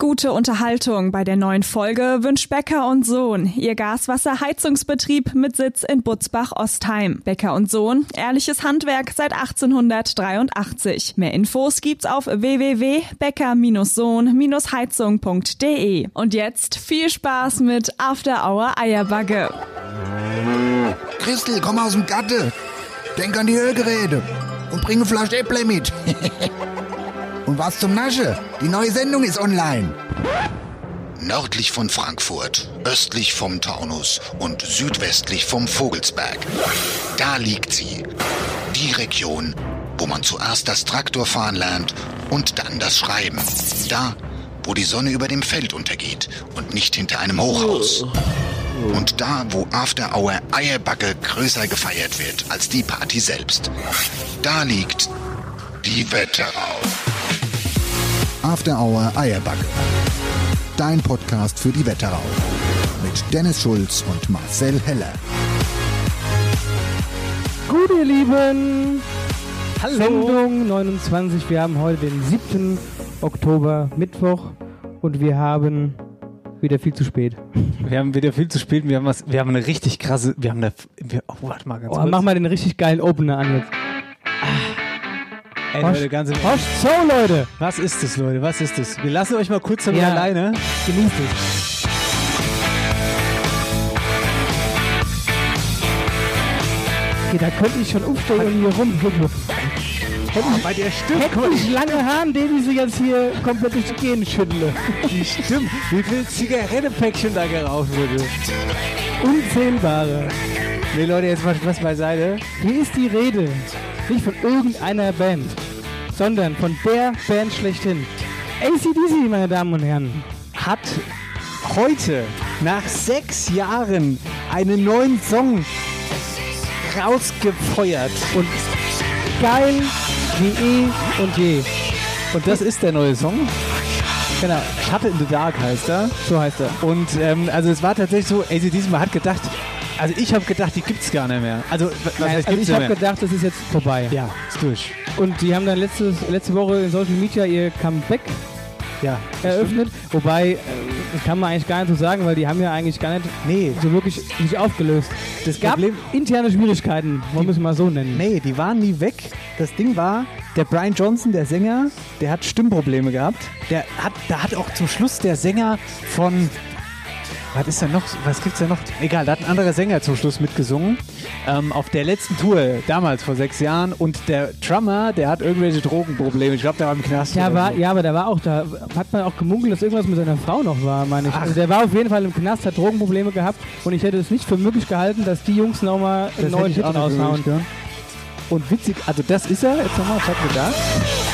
gute Unterhaltung bei der neuen Folge wünscht Becker & Sohn, Ihr Gaswasserheizungsbetrieb mit Sitz in Butzbach-Ostheim. Becker & Sohn, ehrliches Handwerk seit 1883. Mehr Infos gibt's auf www.becker-sohn-heizung.de. Und jetzt viel Spaß mit After Hour Eierbagge. Christel, komm aus dem Gatte. Denk an die Ölgeräte und bring eine Flasche Äpple mit. Und was zum Nasche? Die neue Sendung ist online. Nördlich von Frankfurt, östlich vom Taunus und südwestlich vom Vogelsberg. Da liegt sie. Die Region, wo man zuerst das Traktorfahren lernt und dann das Schreiben. Da, wo die Sonne über dem Feld untergeht und nicht hinter einem Hochhaus. Und da, wo After Hour Eierbagge größer gefeiert wird als die Party selbst. Da liegt die Wetterau. After Hour Eierbagge. Dein Podcast für die Wetterau. Mit Dennis Schulz und Marcel Heller. Gut, ihr Lieben. Hallo. Sendung 29. Wir haben heute den 7. Oktober, Mittwoch. Und wir haben wieder viel zu spät. Wir haben wieder viel zu spät. Wir haben eine richtig krasse. Warte mal ganz kurz. Mach mal den richtig geilen Opener an jetzt. Ey, Leute, ganz im Ernst. So, Leute. Was ist das, Leute? Was ist das? Wir lassen euch mal kurz damit alleine. Genießt es. Okay, da könnte ich schon aufstehen und hier rum. Bei der Stimme. Hätte ich lange Haare, denen ich sie jetzt hier komplett durch die Gene schüttle. Die Stimme. Wie viel Zigarettenpäckchen da geraucht wurde. Unzählbare. Nee, Leute, jetzt mal was beiseite. Hier ist die Rede. Nicht von irgendeiner Band, sondern von der Band schlechthin. AC/DC, meine Damen und Herren. Hat heute nach 6 Jahren einen neuen Song rausgefeuert. Und geil wie eh und je. Und das ist der neue Song. Genau. Shut in the Dark heißt er. So heißt er. Und also es war tatsächlich so, AC/DC, man hat gedacht, also ich habe gedacht, die gibt's gar nicht mehr. Also, ich habe gedacht, das ist jetzt vorbei. Ja, ist durch. Und die haben dann letzte Woche in Social Media ihr Comeback eröffnet. Wobei, das kann man eigentlich gar nicht so sagen, weil die haben ja eigentlich gar nicht so wirklich sich aufgelöst. Es gab interne Schwierigkeiten, wollen wir es mal so nennen. Nee, die waren nie weg. Das Ding war, der Brian Johnson, der Sänger, der hat Stimmprobleme gehabt. Da hat auch zum Schluss der Sänger von... Was ist denn noch? Was gibt's denn noch? Egal, da hat ein anderer Sänger zum Schluss mitgesungen. Auf der letzten Tour, damals vor 6 Jahren. Und der Drummer, der hat irgendwelche Drogenprobleme. Ich glaube, der war im Knast. Ja, aber der war auch, da hat man auch gemunkelt, dass irgendwas mit seiner Frau noch war, meine ich. Also der war auf jeden Fall im Knast, hat Drogenprobleme gehabt. Und ich hätte es nicht für möglich gehalten, dass die Jungs nochmal einen neuen Hit raushauen. Ja. Und witzig, also das ist er, jetzt nochmal, Shut the Dark.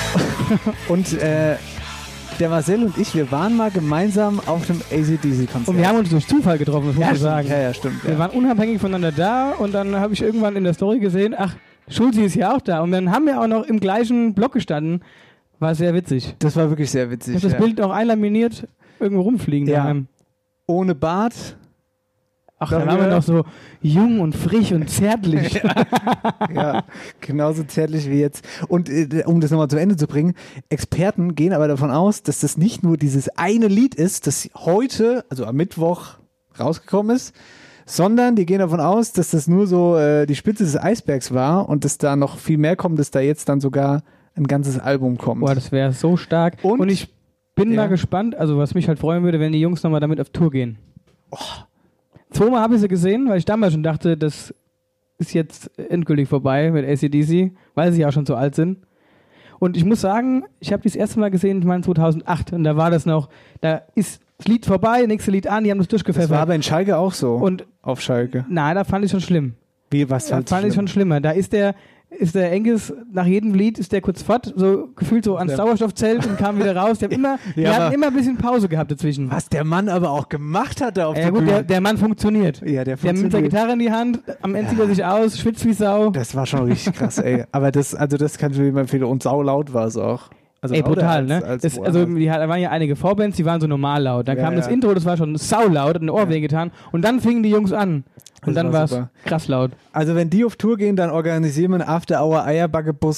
Und der Marcel und ich, wir waren mal gemeinsam auf dem AC/DC-Konzert. Und wir haben uns durch Zufall getroffen, das muss man sagen. Ja, stimmt. Wir waren unabhängig voneinander da und dann habe ich irgendwann in der Story gesehen, ach, Schulzi ist ja auch da. Und dann haben wir auch noch im gleichen Block gestanden. War sehr witzig. Das war wirklich sehr witzig. Ich habe das Bild auch einlaminiert irgendwo rumfliegen. Ja. Ohne Bart. Ach, dann waren wir noch so jung und frisch und zärtlich. Ja, genauso zärtlich wie jetzt. Und um das nochmal zu Ende zu bringen, Experten gehen aber davon aus, dass das nicht nur dieses eine Lied ist, das heute, also am Mittwoch rausgekommen ist, sondern die gehen davon aus, dass das nur so die Spitze des Eisbergs war und dass da noch viel mehr kommt, dass da jetzt dann sogar ein ganzes Album kommt. Boah, das wäre so stark. Und ich bin mal gespannt, also was mich halt freuen würde, wenn die Jungs nochmal damit auf Tour gehen. Oh. 2-mal habe ich sie gesehen, weil ich damals schon dachte, das ist jetzt endgültig vorbei mit AC/DC, weil sie ja schon so alt sind. Und ich muss sagen, ich habe die das erste Mal gesehen, ich meine 2008, und da war das noch, da ist das Lied vorbei, nächste Lied an, die haben das durchgepfeffert. Das war aber in Schalke auch so, und auf Schalke. Nein, da fand ich schon schlimm. Wie, was da fand ich schon schlimmer. Da ist der Engels, nach jedem Lied ist der kurz fort, so gefühlt so ans Sauerstoffzelt und kam wieder raus. Die hatten immer ein bisschen Pause gehabt dazwischen. Was der Mann aber auch gemacht hat da auf der Bühne. Der Mann funktioniert. Ja, der funktioniert. Der mit der Gitarre in die Hand, am Ende zieht er sich aus, schwitzt wie Sau. Das war schon richtig krass, ey. Aber das kann ich mir immer empfehlen. Und saulaut war es auch. Also brutal, ne? Da waren ja einige Vorbands, die waren so normal laut. Dann kam das Intro, das war schon saulaut, hat ein Ohr wehgetan. Und dann fingen die Jungs an. Und dann war es krass laut. Also wenn die auf Tour gehen, dann organisieren wir einen After-Hour-Eierbagge-Bus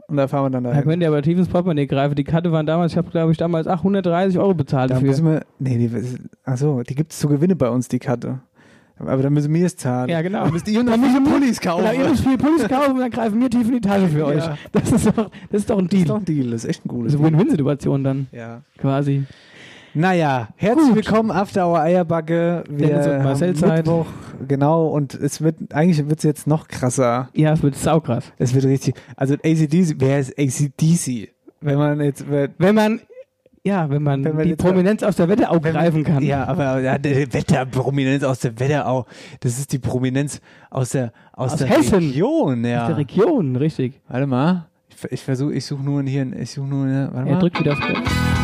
und da fahren wir dann Da dahin. könnt ihr aber tief ins Portemonnaie greifen. Die Karte waren damals, ich habe glaube ich damals 130 € bezahlt Da dafür. müssen wir, die gibt es zu Gewinne bei uns, die Karte. Aber dann müssen wir es zahlen. Ja, genau. Dann müsst ihr noch viele Pullis kaufen. Genau, ihr müsst 4 Pullis kaufen und dann greifen wir tief in die Tasche für euch. Ja. Das ist doch ein Das ist Deal. doch ein Deal, das ist echt ein gutes Das ist eine Win-Win-Situation dann, Ja. quasi. Naja, herzlich willkommen, After Hour Eierbacke. Wir Dennis und Marcel haben Zeit. Mittwoch, genau, und eigentlich wird es jetzt noch krasser. Ja, es wird saukrass. Es wird richtig, also ACDC, wer ist ACDC? Wenn man Wenn man die jetzt- Prominenz aus der Wetterau greifen kann. Ja, aber die Wetterprominenz aus der Wetterau, das ist die Prominenz aus der Hessen. Region, ja. Aus der Region, richtig. Warte mal, ich suche nur warte Er mal. drückt wieder aufs Bett.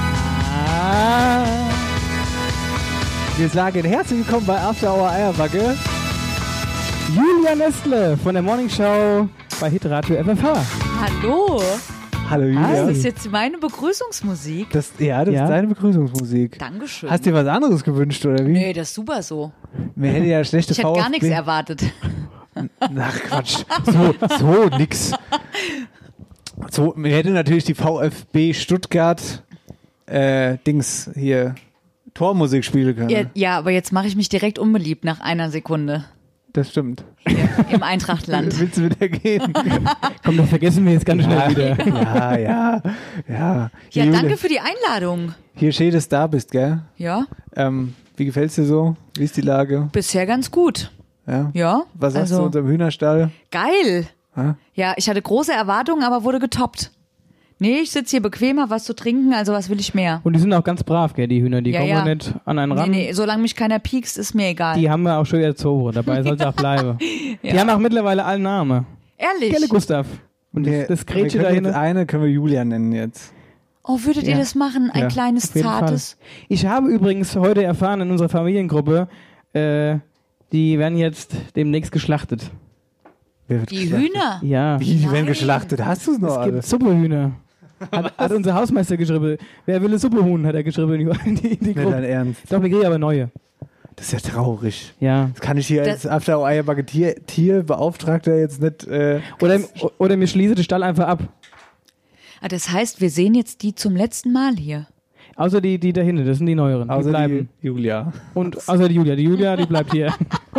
Wir sagen herzlich willkommen bei After Hour Eierbacke. Julia Nestle von der Morning Show bei Hitradio FFH. Hallo, Hallo Julia. das ist jetzt meine Begrüßungsmusik. Das ist Ja. deine Begrüßungsmusik. Dankeschön. Hast du dir was anderes gewünscht, oder wie? Nee, das ist super so. Mir hätte ja schlechte Ich hätte gar nichts erwartet. Ach Quatsch, so nix. So, mir hätte natürlich die VfB Stuttgart Dings hier Tormusik spielen können. Ja, aber jetzt mache ich mich direkt unbeliebt nach einer Sekunde Das stimmt. im Eintrachtland. Willst du wieder gehen? Komm, das vergessen wir jetzt ganz schnell wieder. Ja. Ja, Julia, danke für die Einladung. Hier steht, dass du da bist, gell? Ja, Wie gefällt's dir so? Wie ist die Lage? bisher ganz gut. Ja. Ja, Was sagst du also unserem Hühnerstall? geil. Ha? Ja, ich hatte große Erwartungen, aber wurde getoppt. Nee, ich sitze hier bequem, hab was zu trinken, also was will ich mehr? Und die sind auch ganz brav, gell, die Hühner. Die Ja, kommen ja. nicht an einen ran. Nee, solange mich keiner piekst, ist mir egal. Die haben wir auch schon erzogen. Dabei soll es auch bleiben. Die haben auch mittlerweile allen Namen. Ehrlich? Gelle Gustav. Und das Gretchen wir da können jetzt hinten. können wir Julia nennen jetzt. Oh, würdet ihr Ja. das machen? Ein Ja, kleines, Auf jeden zartes? Fall. Ich habe übrigens heute erfahren in unserer Familiengruppe, die werden jetzt demnächst geschlachtet. Wer wird Die geschlachtet? Hühner? Ja. Wie, die werden Nein. geschlachtet? Hast du es noch Es gibt alles? Suppehühner. Hat unser Hausmeister geschrieben. Wer will eine Suppehuhn, hat er geschrieben in die Nicht dein Gruppe. Ernst. Doch, wir kriegen aber neue. Das ist ja traurig. Ja. Das kann ich hier als After Hour Eierbacke Tierbeauftragter jetzt nicht. Oder wir schließen den Stall einfach ab. Ah, das heißt, wir sehen jetzt die zum letzten Mal hier. Außer die da hinten, das sind die neueren. Die Außer bleiben. die Julia. Und außer die Julia. Die Julia, die bleibt hier.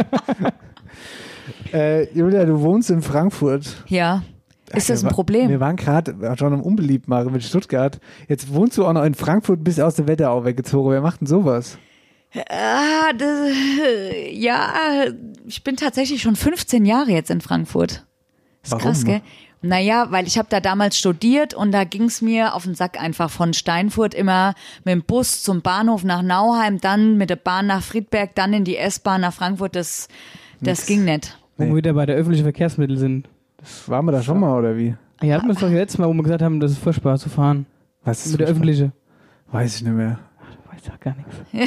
Julia, du wohnst in Frankfurt. Ja. Ist das ein Wir Problem? waren gerade schon am Unbeliebt machen mit Stuttgart. Jetzt wohnst du auch noch in Frankfurt, bist aus der Wetterau weggezogen. Wer macht denn sowas? Ja, ich bin tatsächlich schon 15 Jahre jetzt in Frankfurt. Ist Warum? krass, gell? Naja, weil ich habe da damals studiert und da ging's mir auf den Sack einfach von Steinfurt immer mit dem Bus zum Bahnhof nach Nauheim, dann mit der Bahn nach Friedberg, dann in die S-Bahn nach Frankfurt. Das ging nicht. Wo wir wieder bei der öffentlichen Verkehrsmittel sind. Waren wir da schon mal oder wie? Ja, hatten wir es doch letztes Mal, wo wir gesagt haben, das ist furchtbar zu fahren. Was ist Mit der öffentlichen. Weiß ich nicht mehr. Weiß doch gar nichts.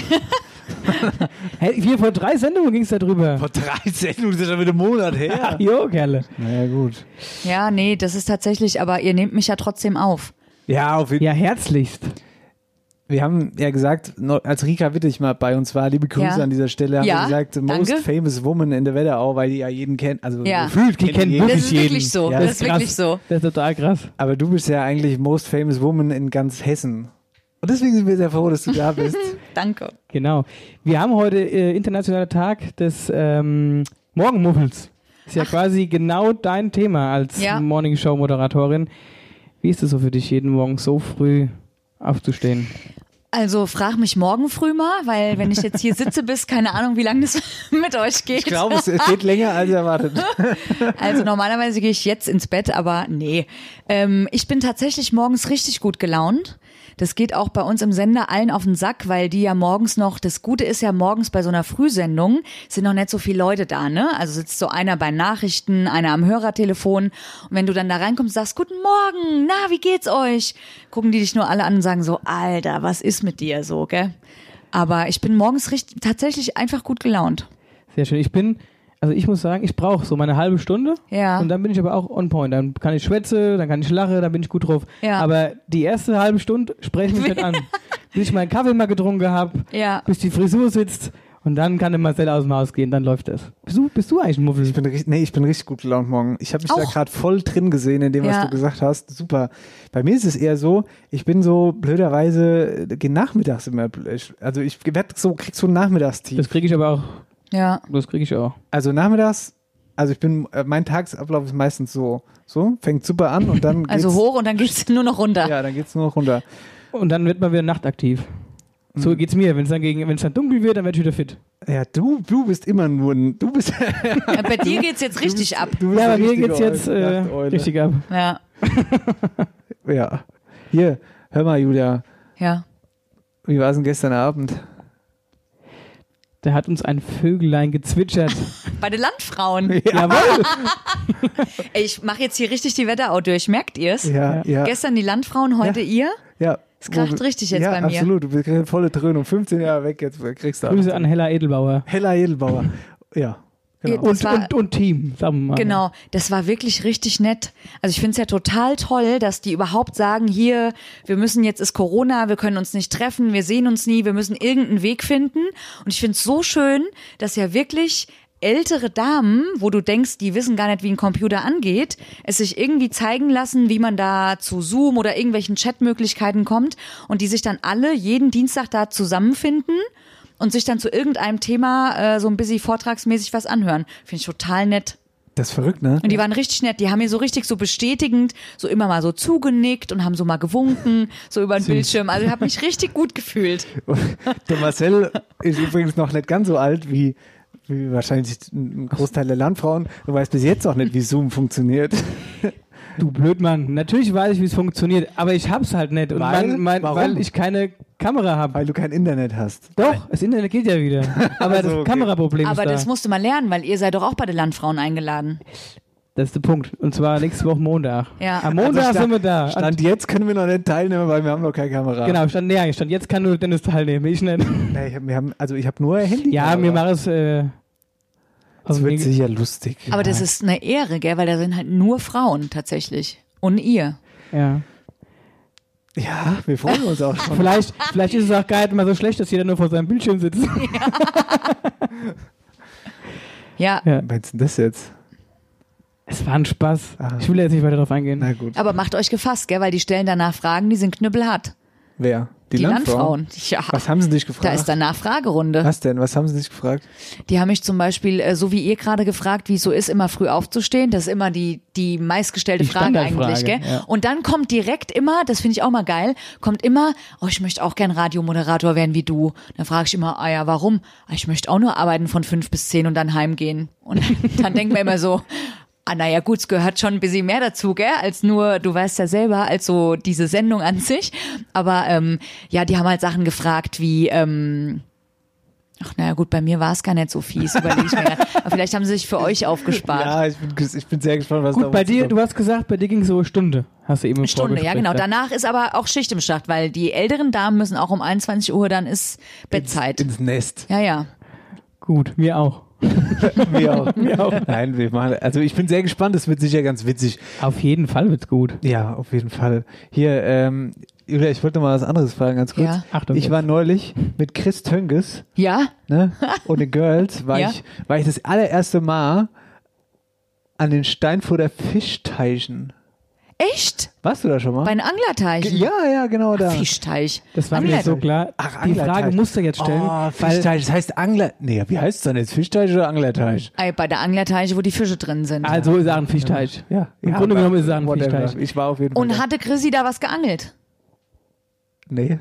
Hey, hier vor 3 Sendungen ging es da drüber. Vor 13, das ist schon wieder einen Monat her. Jo, Kerle. Naja, gut. Ja, nee, das ist tatsächlich, aber ihr nehmt mich ja trotzdem auf. Ja, auf jeden Fall. Ja, herzlichst. Wir haben ja gesagt, als Rika Wittig mal bei uns war, liebe Grüße Ja. an dieser Stelle, haben Ja, wir gesagt, the most danke. famous woman in der Wetterau, weil die ja jeden kennt. Also Ja. gefühlt Die kennt jeden. Das wirklich ist jeden. wirklich so. Ja, das das ist wirklich so. Das ist total krass. Aber du bist ja eigentlich most famous woman in ganz Hessen. Und deswegen sind wir sehr froh, dass du da bist. Danke. Genau. Wir haben heute internationaler Tag des Morgenmuffels. Ist ja quasi genau dein Thema als Ja. Morningshow-Moderatorin. Wie ist es so für dich, jeden Morgen so früh aufzustehen? Also frag mich morgen früh mal, weil wenn ich jetzt hier sitze bis, keine Ahnung, wie lange das mit euch geht. Ich glaube, es geht länger als erwartet. Also normalerweise gehe ich jetzt ins Bett, aber nee. Ich bin tatsächlich morgens richtig gut gelaunt. Das geht auch bei uns im Sender allen auf den Sack, weil die ja morgens noch, das Gute ist ja morgens bei so einer Frühsendung, sind noch nicht so viele Leute da, ne? Also sitzt so einer bei Nachrichten, einer am Hörertelefon und wenn du dann da reinkommst, sagst, guten Morgen, na, wie geht's euch? Gucken die dich nur alle an und sagen so, Alter, was ist mit dir so, gell? Aber ich bin morgens tatsächlich einfach gut gelaunt. Sehr schön. Ich muss sagen, ich brauche so meine halbe Stunde. Ja. Und dann bin ich aber auch on point. Dann kann ich schwätze, dann kann ich lache, dann bin ich gut drauf. Ja. Aber die erste halbe Stunde spreche ich mich nicht an. Bis ich meinen Kaffee mal getrunken habe, Ja. bis die Frisur sitzt Und dann kann der Marcel aus dem Haus gehen, dann läuft das. Bist du eigentlich ein Muffel? Ich bin richtig gut gelaunt morgen. Ich habe mich da gerade voll drin gesehen in dem, was du gesagt hast. Super. Bei mir ist es eher so, ich bin so blöderweise, gehe nachmittags immer, also ich krieg so ein Nachmittagstief. Das kriege ich aber auch. Ja. Das kriege ich auch. Also nachmittags, mein Tagesablauf ist meistens so, fängt super an und dann geht's, Also hoch und dann geht's nur noch runter. Ja, dann geht's nur noch runter. Und dann wird man wieder nachtaktiv. So geht's mir. Wenn es dann dunkel wird, dann werde ich wieder fit. Ja, du bist immer nur du bist. Ja, bei dir geht's jetzt richtig ab. Du bist Ja, bei eine mir richtige geht's jetzt Eule. richtig ab. Ja. Ja. Hier, hör mal, Julia. Ja. Wie war es denn gestern Abend? Da hat uns ein Vögelein gezwitschert. Bei den Landfrauen. Jawohl. Ey, ich mache jetzt hier richtig die Wetterau durch. Merkt ihr's? Ja. Gestern die Landfrauen, heute ihr? Ja. Es kracht richtig jetzt bei mir. Ja, absolut. Du bist volle Dröhnung. 15 Jahre weg, jetzt kriegst du Grüße an Hella Edelbauer. Hella Edelbauer. Ja. Genau. Und Team. Sagen wir mal. Genau, das war wirklich richtig nett. Also ich finde es ja total toll, dass die überhaupt sagen, hier, wir müssen jetzt, ist Corona, wir können uns nicht treffen, wir sehen uns nie, wir müssen irgendeinen Weg finden. Und ich finde es so schön, dass ja wirklich ältere Damen, wo du denkst, die wissen gar nicht, wie ein Computer angeht, es sich irgendwie zeigen lassen, wie man da zu Zoom oder irgendwelchen Chatmöglichkeiten kommt und die sich dann alle jeden Dienstag da zusammenfinden und sich dann zu irgendeinem Thema so ein bisschen vortragsmäßig was anhören. Finde ich total nett. Das ist verrückt, ne? Und die waren richtig nett. Die haben mir so richtig so bestätigend, so immer mal so zugenickt und haben so mal gewunken, so über den Bildschirm. Also ich habe mich richtig gut gefühlt. Der Marcel ist übrigens noch nicht ganz so alt wie wahrscheinlich ein Großteil der Landfrauen. Du weißt bis jetzt auch nicht, wie Zoom funktioniert. Du Blödmann. Natürlich weiß ich, wie es funktioniert, aber ich hab's halt nicht. Und Warum? weil ich keine Kamera habe. Weil du kein Internet hast. Doch, das Internet geht ja wieder. Aber Also, das okay. Kameraproblem Aber ist da. das musst du mal lernen, weil ihr seid doch auch bei den Landfrauen eingeladen. Das ist der Punkt. Und zwar nächste Woche Montag. Ja. Am Montag sind wir da. Stand jetzt können wir noch nicht teilnehmen, weil wir haben noch keine Kamera. Genau, stand jetzt kann nur Dennis teilnehmen. Ich nicht. Nee, ich habe nur Handy. Ja, wir machen es. Das wird sicher lustig. Aber das ist eine Ehre, gell? Weil da sind halt nur Frauen tatsächlich. Und ihr. Ja. Ja, wir freuen uns auch schon. Vielleicht ist es auch gar nicht mal so schlecht, dass jeder nur vor seinem Bildschirm sitzt. Ja. Ja. Meinst du das jetzt? Es war ein Spaß. Ah. Ich will jetzt nicht weiter drauf eingehen. Na gut. Aber macht euch gefasst, gell? Weil die stellen danach Fragen, die sind knüppelhart. Wer? Die Landfrauen. Ja. Was haben sie dich gefragt? Da ist danach Fragerunde. Was denn? Was haben sie dich gefragt? Die haben mich zum Beispiel, so wie ihr gerade gefragt, wie es so ist, immer früh aufzustehen. Das ist immer die meistgestellte Die Frage eigentlich, gell? Standardfrage, ja. Und dann kommt direkt immer, das finde ich auch mal geil, kommt immer, oh, ich möchte auch gern Radiomoderator werden wie du. Dann frage ich immer, ah ja, warum? Ich möchte auch nur arbeiten von 5 bis 10 und dann heimgehen. Und dann denkt man immer so, naja gut, es gehört schon ein bisschen mehr dazu, gell, als nur, du weißt ja selber, als so diese Sendung an sich. Aber ja, die haben halt Sachen gefragt wie, ach naja gut, bei mir war es gar nicht so fies, überlege ich mir grad. Aber vielleicht haben sie sich für euch aufgespart. Ja, ich bin sehr gespannt, was da Gut, bei dir, du hast gesagt, bei dir ging es so eine Stunde. Hast du eben im Stunde, ja Vorgespräch genau. gesagt. Danach ist aber auch Schicht im Schacht, weil die älteren Damen müssen auch um 21 Uhr, dann ist Bettzeit. ins Nest. Ja, ja. Gut, wir auch. Wir auch. Nein, wir machen. Also ich bin sehr gespannt. Das wird sicher ganz witzig. Auf jeden Fall wird's gut. Ja, auf jeden Fall. Hier, Julia, ich wollte noch mal was anderes fragen, ganz kurz. Ja. Achtung. Ich war neulich mit Chris Tönges, Ja? ne, und den Girls, war Ja. ich das allererste Mal an den Steinfurter Fischteichen. Echt? Warst du da schon mal? Bei den Anglerteichen? Ja, genau da. Fischteich. Das war mir so klar. Ach, Die Frage Anglerteich. musst du jetzt stellen. Oh, weil Fischteich, das heißt Angler. Nee, wie heißt es denn jetzt? Fischteich oder Anglerteich? Bei der Anglerteiche, wo die Fische drin sind. also ist er ein Fischteich. Ja. Im Grunde genommen ist er ein whatever. Fischteich. Ich war auf jeden Fall. Und hatte Chrissy da was geangelt? Nee.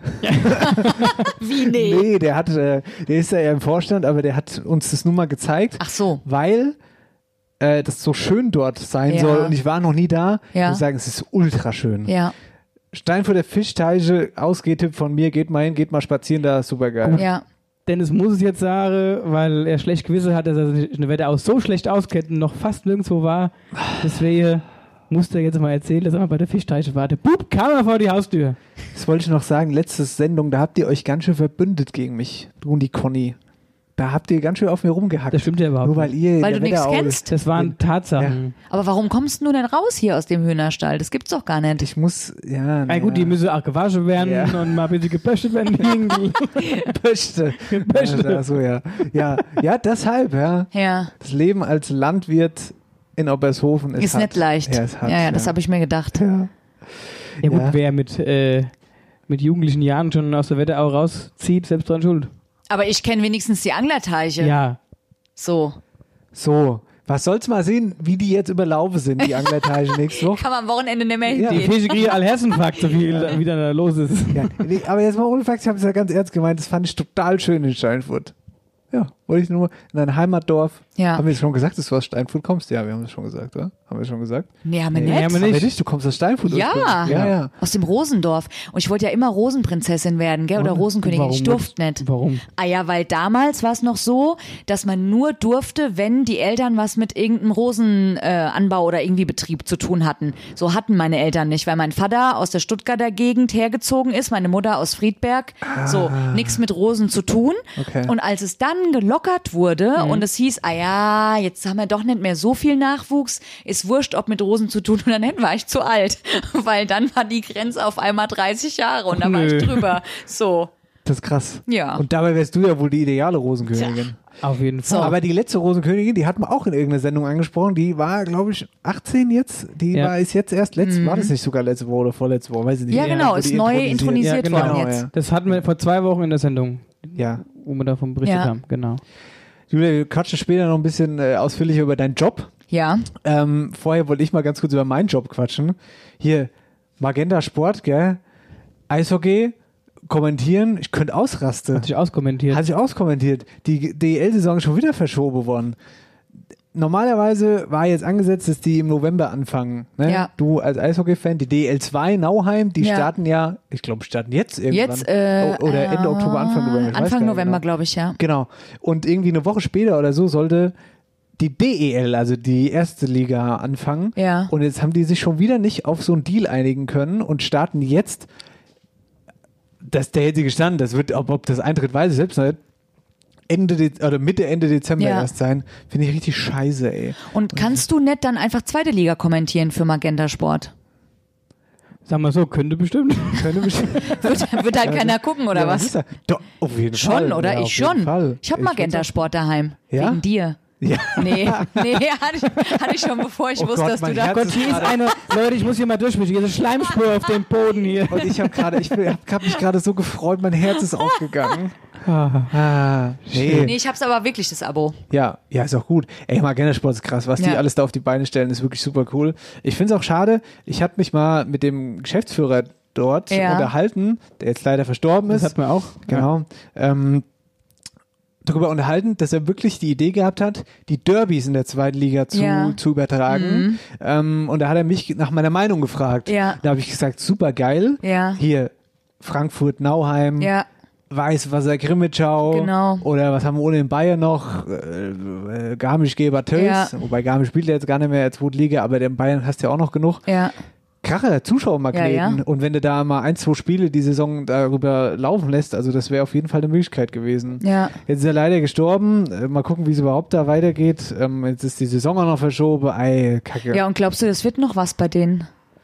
Wie nee? Nee, der ist ja im Vorstand, aber der hat uns das nun mal gezeigt. Ach so. Weil das so schön dort sein Ja. soll und ich war noch nie da. Ja. Ich muss sagen, es ist ultra schön. Ja, Steinfurter Fischteiche, Ausgehtipp von mir, geht mal hin, geht mal spazieren, da ist super geil. ja. Dennis muss es jetzt sagen, weil er schlecht Gewisse hat, dass er sich eine Wette aus so schlecht auskennt und noch fast nirgendwo war. Deswegen musste er jetzt mal erzählen, dass er mal bei der Fischteiche war. Der Bub kam mal vor die Haustür. Das wollte ich noch sagen, letzte Sendung, da habt ihr euch ganz schön verbündet gegen mich, du und die Conny. Da habt ihr ganz schön auf mir rumgehackt. Das stimmt ja überhaupt Nur weil nicht. ihr Weil der du nichts Wetterau kennst. Das waren Tatsachen. Aber warum kommst du denn raus hier aus dem Hühnerstall? Das gibt's doch gar nicht. Ich muss, ja. Na gut, die müssen auch gewaschen werden Ja. und mal ein bisschen geböstet werden. irgendwie. Böste. Ja, so, ja. Ja, deshalb, ja. Ja, Das Leben als Landwirt in Obershofen ist ist hart. nicht leicht. Ja, ist hart, ja, das habe ich mir gedacht. Ja. Ja gut, Ja. wer mit jugendlichen Jahren schon aus der Wetterau rauszieht, selbst dran schuld. Aber ich kenne wenigstens die Anglerteiche. Ja. So. So, was soll's mal sehen, wie die jetzt überlaufen sind, die Anglerteiche nächste Woche. Kann man am Wochenende nicht mehr Ja. Die hingehen. Fische kriegen Allhersenfakt, so viel wieder da los ist. Ja, nee, aber jetzt mal ohne Fakt, ich habe es ja ganz ernst gemeint, das fand ich total schön in Steinfurt. Ja, wollte ich nur in ein Heimatdorf. Ja. Haben wir schon gesagt, dass du aus Steinfurt kommst? Ja, wir haben es schon gesagt, oder? Haben wir schon gesagt? Nee, haben wir Nee, nicht. haben wir Aber nicht. nicht, du kommst aus Steinfurt. Ja. ursprünglich. Ja. Aus dem Rosendorf. Und ich wollte ja immer Rosenprinzessin werden, gell? Oder Rosenkönigin. Ich durfte nicht. Warum? Ah ja, weil damals war es noch so, dass man nur durfte, wenn die Eltern was mit irgendeinem Rosenanbau oder irgendwie Betrieb zu tun hatten. So hatten meine Eltern nicht, weil mein Vater aus der Stuttgarter Gegend hergezogen ist, meine Mutter aus Friedberg. So, nichts mit Rosen zu tun. Okay. Und als es dann gelockert wurde und es hieß, ah ja, jetzt haben wir doch nicht mehr so viel Nachwuchs, ist wurscht, ob mit Rosen zu tun oder nicht, war ich zu alt. Weil dann war die Grenze auf einmal 30 Jahre und da war ich Nö. drüber. So. Das ist krass. Ja. Und dabei wärst du ja wohl die ideale Rosenkönigin. Auf jeden Fall. Aber die letzte Rosenkönigin, die hat man auch in irgendeiner Sendung angesprochen, die war, glaube ich, 18 jetzt. Ist jetzt erst war das nicht sogar letzte Woche oder vorletzte Woche, weiß ich nicht. Ja, genau, Wo ist die neu intronisiert Ja, worden genau, jetzt. ja. Das hatten wir vor 2 Wochen in der Sendung, Ja. wo wir davon berichtet Ja. haben. Genau. Julia, wir quatschen später noch ein bisschen ausführlicher über deinen Job. Ja. Vorher wollte ich mal ganz kurz über meinen Job quatschen. Hier, Magenta Sport, gell? Eishockey, kommentieren, ich könnte ausrasten. Hat sich auskommentiert. Hat sich auskommentiert. Die DEL-Saison ist schon wieder verschoben worden. Normalerweise war jetzt angesetzt, dass die im November anfangen. Ne? Ja. Du als Eishockey-Fan, die DL2 Nauheim, die Ja. starten ja, ich glaube, starten jetzt irgendwann. Jetzt, Oder Ende Oktober, Anfang November. Ich weiß gar Anfang nicht November, genau. glaube ich, ja. Genau. Und irgendwie eine Woche später oder so sollte die DEL, also die erste Liga, anfangen. Ja. Und jetzt haben die sich schon wieder nicht auf so einen Deal einigen können und starten jetzt, der hätte gestanden, das wird, ob das eintritt, weiß ich selbst nicht, Mitte, Ende Dezember Ja. erst sein. Finde ich richtig scheiße, ey. Und kannst du nicht dann einfach zweite Liga kommentieren für Magenta Sport? Sagen wir so, könnte bestimmt. Könnte bestimmt- Wird halt keiner gucken, oder Ja, was? ist das? Doch, auf jeden Fall. Schon, oder? Ja, Ich auf jeden schon. Fall. Ich habe Ich Magenta find's Sport daheim. Ja? Wegen dir. Ja. Nee, hatte ich schon, bevor ich Oh wusste, Gott, dass du mein da Herz Gott, hier ist eine, Leute, ich muss hier mal durchmischen. Hier ist eine Schleimspur auf dem Boden hier. Und ich habe mich gerade so gefreut, mein Herz ist aufgegangen. Nee. Nee, ich hab's aber wirklich, das Abo. Ja, ist auch gut. Ey, Magenta Sport ist krass. Was die Ja. alles da auf die Beine stellen, ist wirklich super cool. Ich finde es auch schade. Ich habe mich mal mit dem Geschäftsführer dort Ja. unterhalten, der jetzt leider verstorben ist. Das hat man auch. Genau. Darüber unterhalten, dass er wirklich die Idee gehabt hat, die Derbys in der zweiten Liga Ja. zu übertragen. Und da hat er mich nach meiner Meinung gefragt. Ja. Da habe ich gesagt, super geil. Ja. Hier, Frankfurt, Nauheim, Ja, Weißwasser, Grimmitschau. Genau. Oder was haben wir ohne in Bayern noch? Garmisch, Geber-Töss. Ja. Wobei Garmisch spielt ja jetzt gar nicht mehr als zweite Liga, aber in Bayern hast du ja auch noch genug. ja. Kracher, Zuschauermagneten. Ja, ja. Und wenn du da mal 1, 2 Spiele die Saison darüber laufen lässt, also das wäre auf jeden Fall eine Möglichkeit gewesen. Ja. Jetzt ist er leider gestorben. Mal gucken, wie es überhaupt da weitergeht. Jetzt ist die Saison auch noch verschoben. Ei, Kacke. Ja, und glaubst du, das wird noch was bei denen?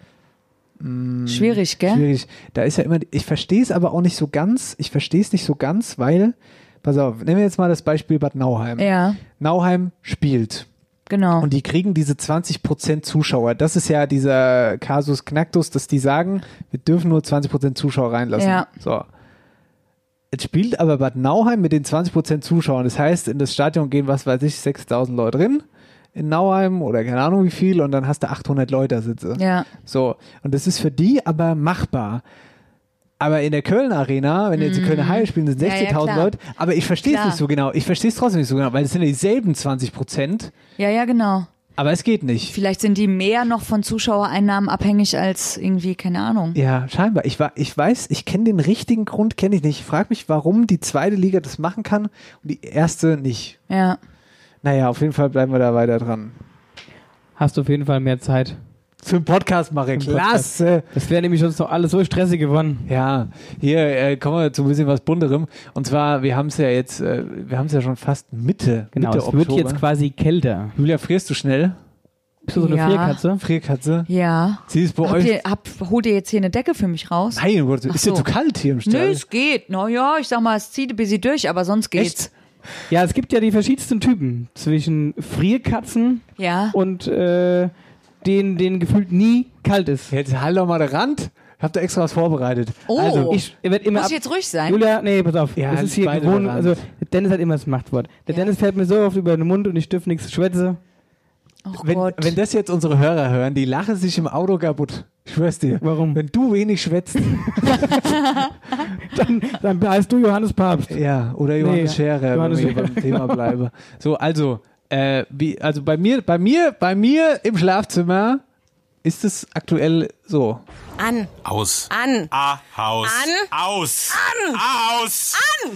Schwierig, gell? Schwierig. Da ist ja immer, ich verstehe es aber auch nicht so ganz. Ich verstehe es nicht so ganz, weil, pass auf, nehmen wir jetzt mal das Beispiel Bad Nauheim. Ja, Nauheim spielt. genau. Und die kriegen diese 20% Zuschauer. Das ist ja dieser Kasus Knacktus, dass die sagen, wir dürfen nur 20% Zuschauer reinlassen. Ja. So. Jetzt spielt aber Bad Nauheim mit den 20% Zuschauern. Das heißt, in das Stadion gehen, was weiß ich, 6.000 Leute drin in Nauheim oder keine Ahnung wie viel und dann hast du 800 Leute da sitzen. Ja. So. Und das ist für die aber machbar. Aber in der Köln Arena, wenn jetzt die Kölner Haie spielen, sind Ja, ja, 16.000 klar. Leute. Aber ich verstehe es Klar. nicht so genau. Ich verstehe es trotzdem nicht so genau, weil es sind ja dieselben 20%. Ja, genau. Aber es geht nicht. Vielleicht sind die mehr noch von Zuschauereinnahmen abhängig als irgendwie, keine Ahnung. Ja, scheinbar. Ich weiß, ich kenne den richtigen Grund, kenne ich nicht. Ich frage mich, warum die zweite Liga das machen kann und die erste nicht. Ja. Naja, auf jeden Fall bleiben wir da weiter dran. Hast du auf jeden Fall mehr Zeit. zum Podcast mache. Klasse. Das wäre nämlich sonst noch alles so stressig geworden. Ja, hier kommen wir zu ein bisschen was Bunterem. Und zwar, wir haben es ja schon fast Mitte Genau, es Oktober. wird jetzt quasi kälter. Julia, frierst du schnell? Bist du so eine Ja. Frierkatze? Frierkatze? Ja. Sie ist bei euch... Holt ihr jetzt hier eine Decke für mich raus? Nein, ist Ach dir so. zu kalt hier im Stall? Nö, es geht. Naja, ich sag mal, es zieht ein bisschen durch, aber sonst geht's. Echt? Ja, es gibt ja die verschiedensten Typen zwischen Frierkatzen Ja. und denen gefühlt nie kalt ist. Jetzt halt doch mal den Rand. Ich hab da extra was vorbereitet. Oh. Also, Ich werde immer Muss ich jetzt ruhig sein? Julia, nee, pass auf. Ja, das ist hier beide gewohnt. Rand. Also, der Dennis hat immer das Machtwort. Der Dennis fällt mir so oft über den Mund und ich dürfte nichts schwätze. Oh wenn Gott. das jetzt unsere Hörer hören, die lachen sich im Auto kaputt. Ich schwör's dir. Warum? Wenn du wenig schwätzt. Dann heißt du Johannes Papst. Ja, oder Johannes Nee, Scherer, Johannes wenn wir Scherer. beim Thema bleiben. So, also bei mir im Schlafzimmer ist es aktuell so. An. Aus. An. Aus. An. Aus. An. Aus. An.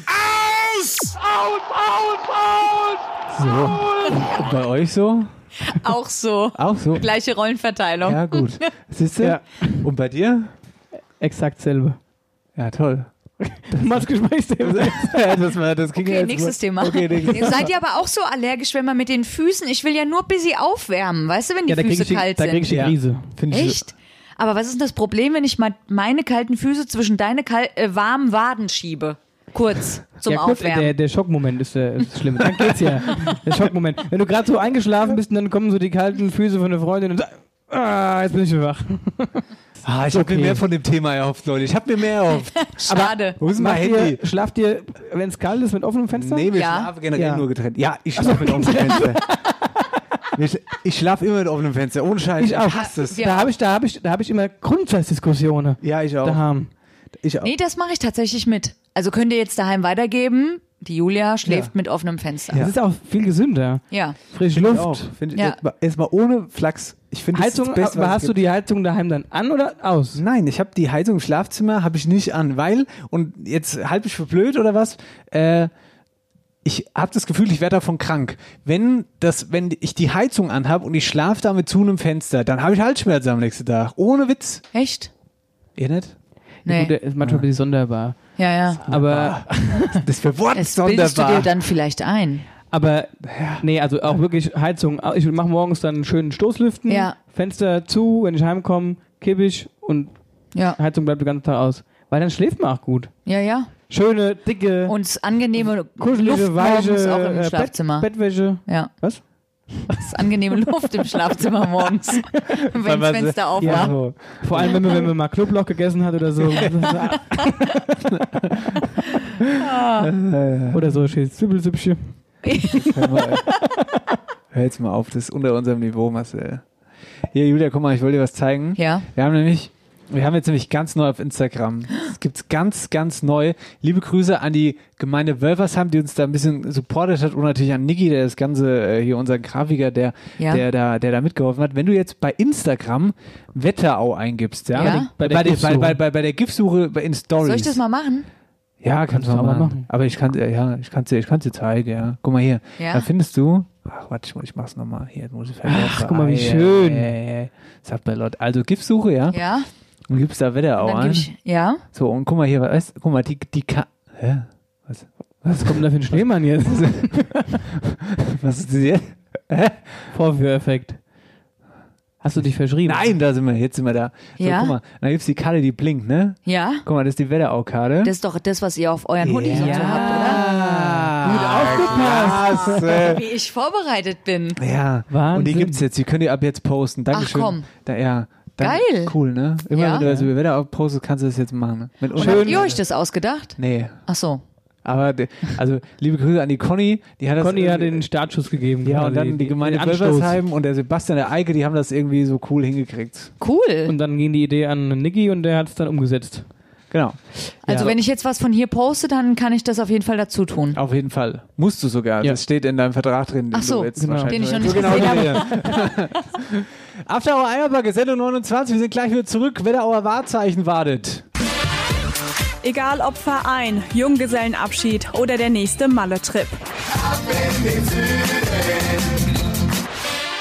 Aus. So. Und bei euch so? Auch so. Auch so? Gleiche Rollenverteilung. Ja, gut. Siehst du? Ja. Und bei dir? Exakt selbe. Ja, toll. Was Gesprächsthema. das ging Okay, jetzt nächstes Thema. Okay, nächstes Seid ihr aber auch so allergisch, wenn man mit den Füßen, ich will ja nur ein bisschen aufwärmen, weißt du, wenn die Ja, da krieg Füße ich kalt da krieg ich sind. die Krise. Finde ich Echt? Aber was ist denn das Problem, wenn ich mal meine kalten Füße zwischen deine warmen Waden schiebe? Kurz, zum Ja, kurz, Aufwärmen. der Schockmoment ist schlimm. Dann geht's ja. Der Schockmoment. Wenn du gerade so eingeschlafen bist und dann kommen so die kalten Füße von der Freundin und jetzt bin ich wieder wach. ich habe mir mehr von dem Thema erhofft, Leute. Ich habe mir mehr erhofft. Schade. Wo ist mein Handy? Schlaft ihr, wenn es kalt ist, mit offenem Fenster? Nee, wir Ja. schlafen generell Ja. nur getrennt. Ja, ich schlafe mit offenem Fenster. Ich schlafe immer mit offenem Fenster. Ohne Scheiß. Ich auch. hasse es. Ja. Da hab ich immer Grundsatzdiskussionen Ja, ich auch. daheim. Ich auch. Nee, das mache ich tatsächlich mit. Also könnt ihr jetzt daheim weitergeben, die Julia schläft mit offenem Fenster. Das ist auch viel gesünder. Ja. Frische Auch. Luft. Find, Ja. Jetzt mal ohne Flachs. Ich finde das Heizung, das Beste, aber was hast es du gibt. die Heizung daheim dann an oder aus? Nein, ich habe die Heizung im Schlafzimmer habe ich nicht an, weil, und jetzt halte ich für blöd oder was, ich habe das Gefühl, ich werde davon krank. Wenn ich die Heizung anhabe und ich schlafe damit zu einem Fenster, dann habe ich Halsschmerzen am nächsten Tag. Ohne Witz. Echt? Ihr nicht? Nee. Gut, der ist manchmal ein bisschen sonderbar. Ja, ja. Aber, Das für Wort Das bildest du dir dann vielleicht ein. nee, also auch wirklich Heizung. Ich mache morgens dann einen schönen Stoßlüften, Ja. Fenster zu, wenn ich heimkomme, kippe ich und Ja. Heizung bleibt den ganzen Tag aus. Weil dann schläft man auch gut. Ja, ja. Schöne, dicke, Und das angenehme Luft kuschelige, morgens weiche auch im Schlafzimmer. Bettwäsche. Ja. Was? Das angenehme Luft im Schlafzimmer morgens, wenn das Fenster auf Ja. war. So. Vor allem, wenn man mal Knoblauch gegessen hat oder so. Oder so schönes Zwiebelsüppchen. Hör jetzt mal auf, das ist unter unserem Niveau, Marcel. Hier, Julia, guck mal, ich wollte dir was zeigen. Ja. Wir haben jetzt nämlich ganz neu auf Instagram. Es gibt's ganz, ganz neu. Liebe Grüße an die Gemeinde Wölfersheim, die uns da ein bisschen supportet hat und natürlich an Niki, der das Ganze, hier unser Grafiker, der da mitgeholfen hat. Wenn du jetzt bei Instagram Wetterau eingibst, ja? Ja. Bei der GIF-Suche. Bei der GIF-Suche in Stories. Soll ich das mal machen? Ja, kannst du Kannst du mal auch mal machen. Aber ich kann dir zeigen, ja. Guck mal hier. Ja. Da findest du, warte, ich mach's nochmal. Hier, muss ich Ach, guck mal, wie schön. Sagt bei Leute. Also GIF-Suche, ja. Ja. Und gibst da Wetterau Dann an. gebe ich, ja. So, und guck mal hier, guck mal, die Hä? Was kommt denn da für ein Schneemann jetzt? Was ist das jetzt? Vorführeffekt. Hast du dich verschrieben? Nein, jetzt sind wir da. So, Ja. guck mal, dann gibt's die Karte, die blinkt, ne? Ja. Guck mal, das ist die Wetterau-Karte. Das ist doch das, was ihr auf euren Hoodies und so habt, Gut aufgepasst. oder? Wie ich vorbereitet bin. Ja, Wahnsinn. und die gibt's jetzt, die könnt ihr ab jetzt posten. Dankeschön. komm. Geil. Cool, ne? Immer Ja. wenn du das über Wetterau postest, kannst du das jetzt machen. Ne? Mit Und habt ihr euch das ausgedacht? Nee. Ach so. Aber, also, liebe Grüße an die Conny. Die hat das Conny hat den Startschuss gegeben. ja, quasi, und dann die Gemeinde den Anstoß. Wölfersheim und der Sebastian, der Eike, die haben das irgendwie so cool hingekriegt. Cool. Und dann ging die Idee an Niki und der hat es dann umgesetzt. Genau. Also Ja. wenn ich jetzt was von hier poste, dann kann ich das auf jeden Fall dazu tun. Auf jeden Fall. Musst du sogar. Ja. Das steht in deinem Vertrag drin. Den Ach so, du jetzt genau. wahrscheinlich Den ich noch nicht so gesehen habe. After Hour Eierbacke, Sendung 29. Wir sind gleich wieder zurück. Wetterauer Wahrzeichen wartet. Egal ob Verein, Junggesellenabschied oder der nächste Malle-Trip.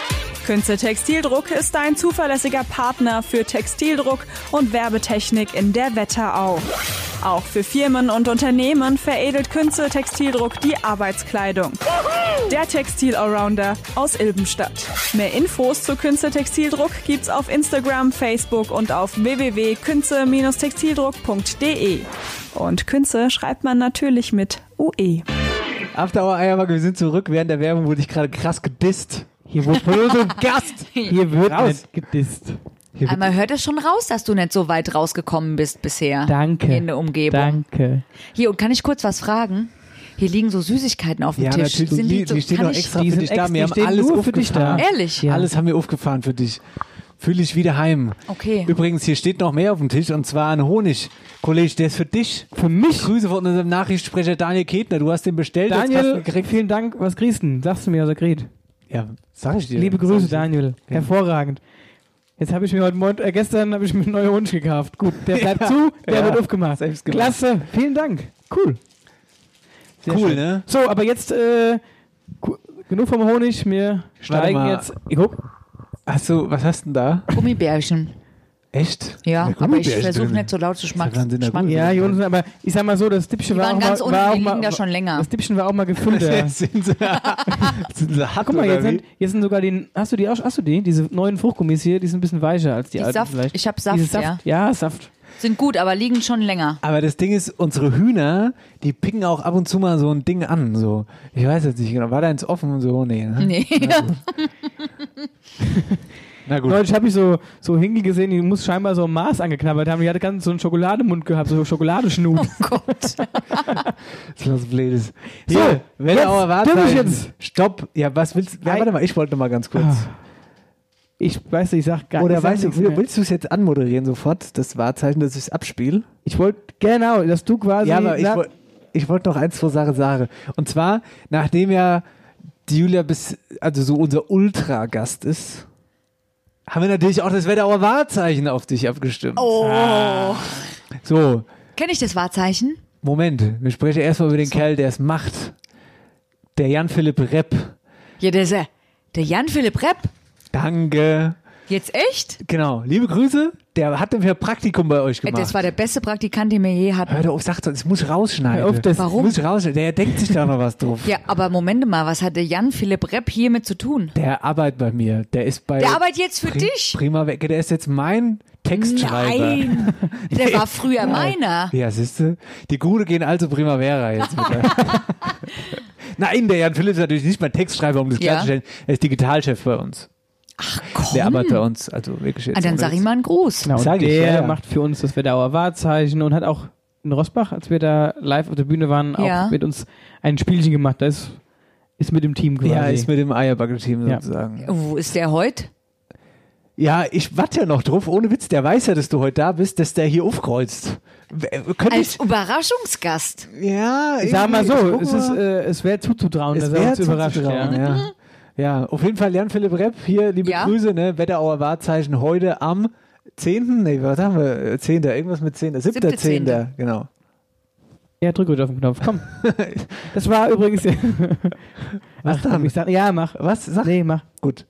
Künze Textildruck ist ein zuverlässiger Partner für Textildruck und Werbetechnik in der Wetterau. Auch für Firmen und Unternehmen veredelt Künze Textildruck die Arbeitskleidung. Der Textil-Allrounder aus Ilbenstadt. Mehr Infos zu Künze Textildruck gibt's auf Instagram, Facebook und auf www.künze-textildruck.de. Und Künze schreibt man natürlich mit UE. After Hour Eiermark, wir sind zurück. Während der Werbung wurde ich gerade krass gedisst. Hier wird von unserem Gast. Hier wird nicht gedisst. Einmal hört es schon raus, dass du nicht so weit rausgekommen bist bisher. Danke. In der Umgebung. Danke. Hier, und kann ich kurz was fragen? Hier liegen so Süßigkeiten auf dem Tisch. Natürlich, Sind die so, stehen kann doch ich- extra für dich da. Wir haben stehen alles nur für dich aufgefahren. da. Ehrlich? Ja. Alles haben wir aufgefahren für dich. Fühl dich wieder heim. Okay. Übrigens, hier steht noch mehr auf dem Tisch und zwar ein Honig. Kollege, der ist für dich. Für mich? Grüße von unserem Nachrichtensprecher Daniel Ketner. Du hast den bestellt. jetzt hast du Daniel, ihn gekriegt. vielen Dank. Was kriegst du denn? Sagst du mir, was er kriegt? Ja, sag ich dir. Liebe Sag Grüße, ich dir. Daniel. Hervorragend. Jetzt habe ich mir gestern habe ich mir einen neuen Wunsch gekauft. Gut, der bleibt zu, der Ja, wird aufgemacht. selbst gemacht. Klasse, vielen Dank. Cool. Sehr Cool, schön. ne? So, aber jetzt genug vom Honig. Wir steigen mal. jetzt. Ich guck. Was hast du denn da? Gummibärchen. Echt? Ja, Da aber ich Gummibärchen versuche drin. nicht so laut zu Dann sind da schmacken. gut. Ja, Jonas, aber ich sag mal so, das Dippchen Die war waren auch ganz mal, unten, war auch die mal, liegen da schon länger. Das Dippchen war auch mal gefüllter. sind sie hart, Guck mal, oder jetzt sind sogar die. Hast du die? Diese neuen Fruchtgummis hier, die sind ein bisschen weicher als die alten Saft, vielleicht. ich hab Saft, Diese Saft, ja, Saft. Sind gut, aber liegen schon länger. Aber das Ding ist, unsere Hühner, die picken auch ab und zu mal so ein Ding an. So. Ich weiß jetzt nicht genau. War deins offen und so? Nee. Ne? Nee. Na gut. Neulich habe ich so Hinkel gesehen, die muss scheinbar so ein Maß angeknabbert haben. Die hatte ganz so einen Schokolademund gehabt, so Schokoladeschnut. Oh Gott. Das ist was Blödes. So, Hier, Wetterauer jetzt, darf ich Wahrzeichen. jetzt? Stopp. Ja, was willst du? Ja, warte mal, ich wollte noch mal ganz kurz. Ich weiß nicht, ich sag gar Oder ich sag weißt nichts du, mehr. willst du es jetzt anmoderieren sofort, das Wahrzeichen, dass ich es abspiele? Ich wollte, genau, dass du quasi. Ja, aber ich wollte noch 1, 2 Sachen sagen. Und zwar, nachdem ja die Julia so unser Ultra-Gast ist, haben wir natürlich auch das Wetterauer Wahrzeichen auf dich abgestimmt. Oh. So, Kenn ich das Wahrzeichen? Moment. Wir sprechen erstmal über den Kerl, der es macht. Der Jan-Philipp Repp. Ja, der Jan-Philipp Repp. Danke. Jetzt echt? Genau. Liebe Grüße. Der hat nämlich ein Praktikum bei euch gemacht. Das war der beste Praktikant, den wir je hatten. Hör doch auf, sag doch, das muss ich rausschneiden. Hör auf, das- Warum? Muss ich rausschneiden. Der denkt sich da noch was drauf. Ja, aber Moment mal, was hat der Jan-Philipp Repp hiermit zu tun? Der arbeitet bei mir. Der ist bei Der arbeitet jetzt für dich? Prima Weg. Der ist jetzt mein Textschreiber. Nein, der war früher meiner. Ja, siehste. Die Gute gehen also Primavera jetzt wieder. Nein, der Jan Philipp ist natürlich nicht mein Textschreiber, um das Ja. klarzustellen. Er ist Digitalchef bei uns. Ach komm. Der arbeitet bei uns. Also wirklich jetzt. Ah, dann ohne sag Witz. ich mal einen Gruß. Genau, Sag und ich, der ja, ja. macht für uns das Wetterauer Wahrzeichen und hat auch in Rosbach, als wir da live auf der Bühne waren, Ja. auch mit uns ein Spielchen gemacht. Das ist mit dem Team quasi. Ja, ist mit dem Eierbacke-Team Ja. sozusagen. Wo ist der heute? Ja, ich warte ja noch drauf. Ohne Witz, der weiß ja, dass du heute da bist, dass der hier aufkreuzt. Könnte Als ich... Überraschungsgast. Ja, Ich sag mal irgendwie, so, guck mal. es wäre zuzutrauen, dass Es er wäre uns überrascht. zuzutrauen, Ja. ja. Ja, auf jeden Fall Jan-Philipp Repp hier, liebe Ja. Grüße, ne? Wetterauer Wahrzeichen heute am 10. Nee, was haben wir? 10. Irgendwas mit 10. 7.10. 7.10.. Genau. Ja, drück ruhig auf den Knopf, komm. Das war übrigens... Was Ach, dann? ich sag, ja, mach. Was? Sag. Nee, mach. Gut.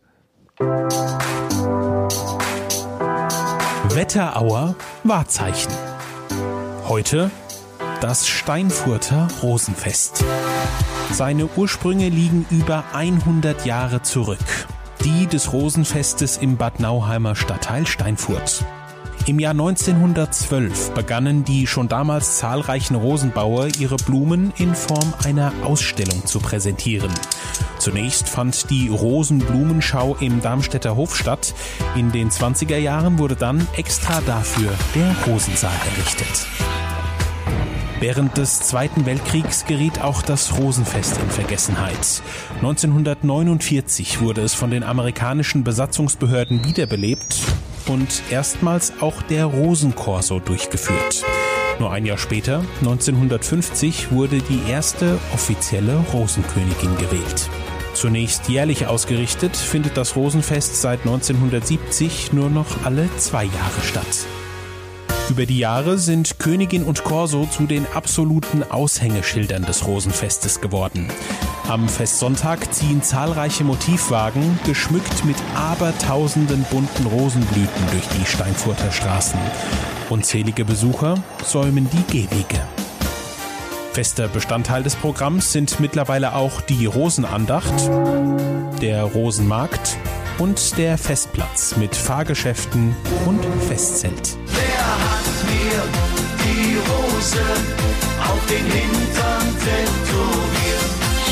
Wetterauer Wahrzeichen. Heute das Steinfurter Rosenfest. Seine Ursprünge liegen über 100 Jahre zurück. Die des Rosenfestes im Bad Nauheimer Stadtteil Steinfurt. Im Jahr 1912 begannen die schon damals zahlreichen Rosenbauer, ihre Blumen in Form einer Ausstellung zu präsentieren. Zunächst fand die Rosenblumenschau im Darmstädter Hof statt. In den 20er Jahren wurde dann extra dafür der Rosensaal errichtet. Während des Zweiten Weltkriegs geriet auch das Rosenfest in Vergessenheit. 1949 wurde es von den amerikanischen Besatzungsbehörden wiederbelebt und erstmals auch der Rosenkorso durchgeführt. Nur ein Jahr später, 1950, wurde die erste offizielle Rosenkönigin gewählt. Zunächst jährlich ausgerichtet, findet das Rosenfest seit 1970 nur noch alle 2 Jahre statt. Über die Jahre sind Königin und Corso zu den absoluten Aushängeschildern des Rosenfestes geworden. Am Festsonntag ziehen zahlreiche Motivwagen, geschmückt mit abertausenden bunten Rosenblüten durch die Steinfurter Straßen. Unzählige Besucher säumen die Gehwege. Fester Bestandteil des Programms sind mittlerweile auch die Rosenandacht, der Rosenmarkt und der Festplatz mit Fahrgeschäften und Festzelt. Wer hat mir die Rose auf den Hintern tätowiert?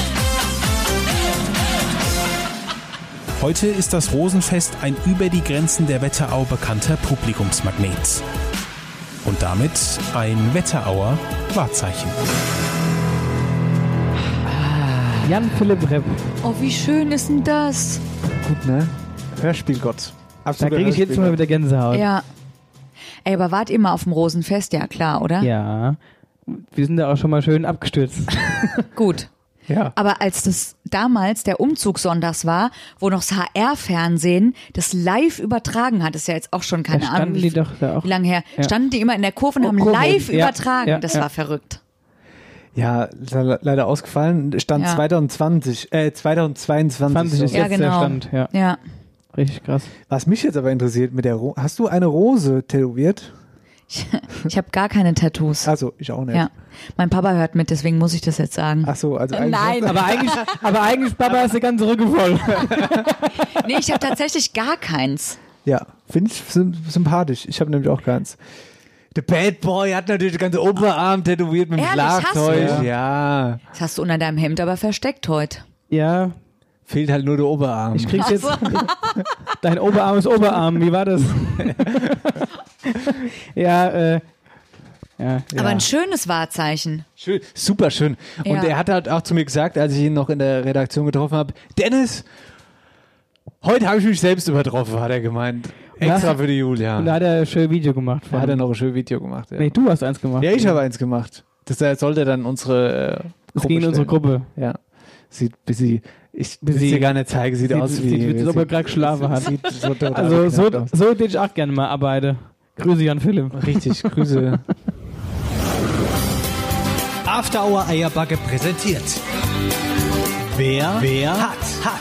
Heute ist das Rosenfest ein über die Grenzen der Wetterau bekannter Publikumsmagnet. Und damit ein Wetterauer Wahrzeichen. Jan Philipp Repp. Oh, wie schön ist denn das? Gut, ne? Hörspielgott. Da kriege ich jetzt mal wieder Gänsehaut. Ja. Ey, aber wart ihr mal auf dem Rosenfest? Ja, klar, oder? Ja. Wir sind da auch schon mal schön abgestürzt. Gut. Ja. Aber als das damals der Umzug sonntags war, wo noch das HR-Fernsehen das live übertragen hat, ist ja jetzt auch schon keine Da Ahnung, standen die doch da auch. wie lange her, Ja. standen die immer in der Kurve und haben Kurve. live Ja. übertragen. Ja. Das Ja. war verrückt. Ja, leider ausgefallen. Stand Ja. 2022 20 ist so. Ja, jetzt genau. der Stand. Ja, Ja. richtig krass. Was mich jetzt aber interessiert, mit der hast du eine Rose tätowiert? Ich habe gar keine Tattoos. Also, ich auch nicht. Ja. Mein Papa hört mit, deswegen muss ich das jetzt sagen. Ach so, also eigentlich. Nein. Aber eigentlich, Papa, ist der ganze Rücken voll. Nee, ich habe tatsächlich gar keins. Ja, finde ich sympathisch. Ich habe nämlich auch keins. The Bad Boy hat natürlich den ganzen Oberarm tätowiert mit dem Ehrlich, hast Schlagzeug. du? Ja. Das hast du unter deinem Hemd aber versteckt heute. Ja, Fehlt halt nur der Oberarm. ich krieg's jetzt. Dein Oberarm ist Oberarm. Wie war das? Ja, Aber ein schönes Wahrzeichen. Schön, super schön. Und Ja. er hat halt auch zu mir gesagt, als ich ihn noch in der Redaktion getroffen habe, Dennis, heute habe ich mich selbst übertroffen, hat er gemeint. Extra für die Julia. und da hat er ein schönes Video gemacht. Da hat er noch ein schönes Video gemacht. Ja, Nee, du hast eins gemacht. ja ich habe eins gemacht. Das sollte dann unsere Das Gruppe ging in unsere stellen. Gruppe. Ja. Sieht ein bisschen, ich will Bisschen- dir gar nicht zeigen, sieht aus wie... als ob er gerade geschlafen hat. Sieht so total Also so beknackt aus. würde ich auch gerne mal arbeiten. Grüße Jan Philipp. Richtig, Grüße. After Hour Eierbacke präsentiert. Wer hat.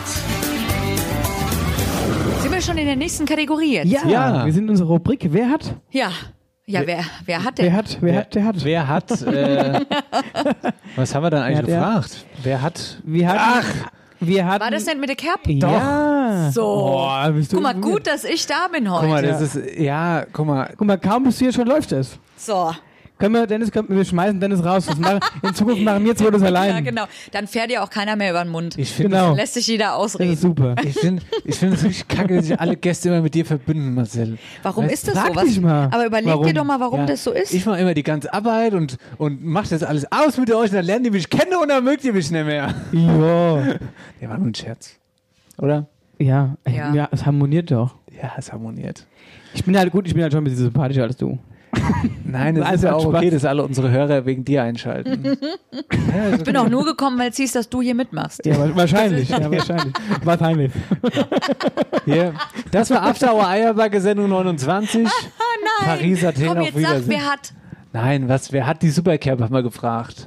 Sind wir schon in der nächsten Kategorie jetzt? Ja. Wir sind in unserer Rubrik. Wer hat? Ja. Ja, wer hat denn? Wer hat? Wer hat? Der hat. Wer hat... was haben wir dann eigentlich Wer hat? gefragt? Wer hat... Wir hatten, wir hatten, War das nicht mit der Kerb? Ja. So. Boah, bist du Guck mal, informiert. gut, dass ich da bin heute. Guck mal, das ist... Ja, guck mal. Guck mal, kaum bist du hier, schon läuft es. So. Wir schmeißen Dennis raus. In Zukunft machen wir zwei das allein. Ja, genau. Dann fährt ja auch keiner mehr über den Mund. Ich finde Genau. Lässt sich jeder Das ausreden. ist super. ich find es richtig kacke, dass sich alle Gäste immer mit dir verbünden, Marcel. Warum Weißt ist das frag so? dich mal. Aber überleg Warum? dir doch mal, warum Ja, das so ist. Ich mache immer die ganze Arbeit und mach das alles aus mit euch und dann lernt ihr mich kennen und dann mögt ihr mich nicht mehr. Ja. Der war nur ein Scherz. Oder? Ja. Ja. Ja, es harmoniert doch. Ja, es harmoniert. Ich bin halt schon ein bisschen sympathischer als du. Nein, das Also ist ja auch Spaß. okay, dass alle unsere Hörer wegen dir einschalten. Ich bin auch nur gekommen, weil es hieß, dass du hier mitmachst. Ja, wahrscheinlich. Ja, wahrscheinlich. Wahrscheinlich. Hier. Das war After Hour Eierbacke Sendung 29. Nein. Paris, Athen, Komm, auf jetzt sag, Wiedersehen. wer hat. Nein, wer hat die Supercap, haben wir gefragt.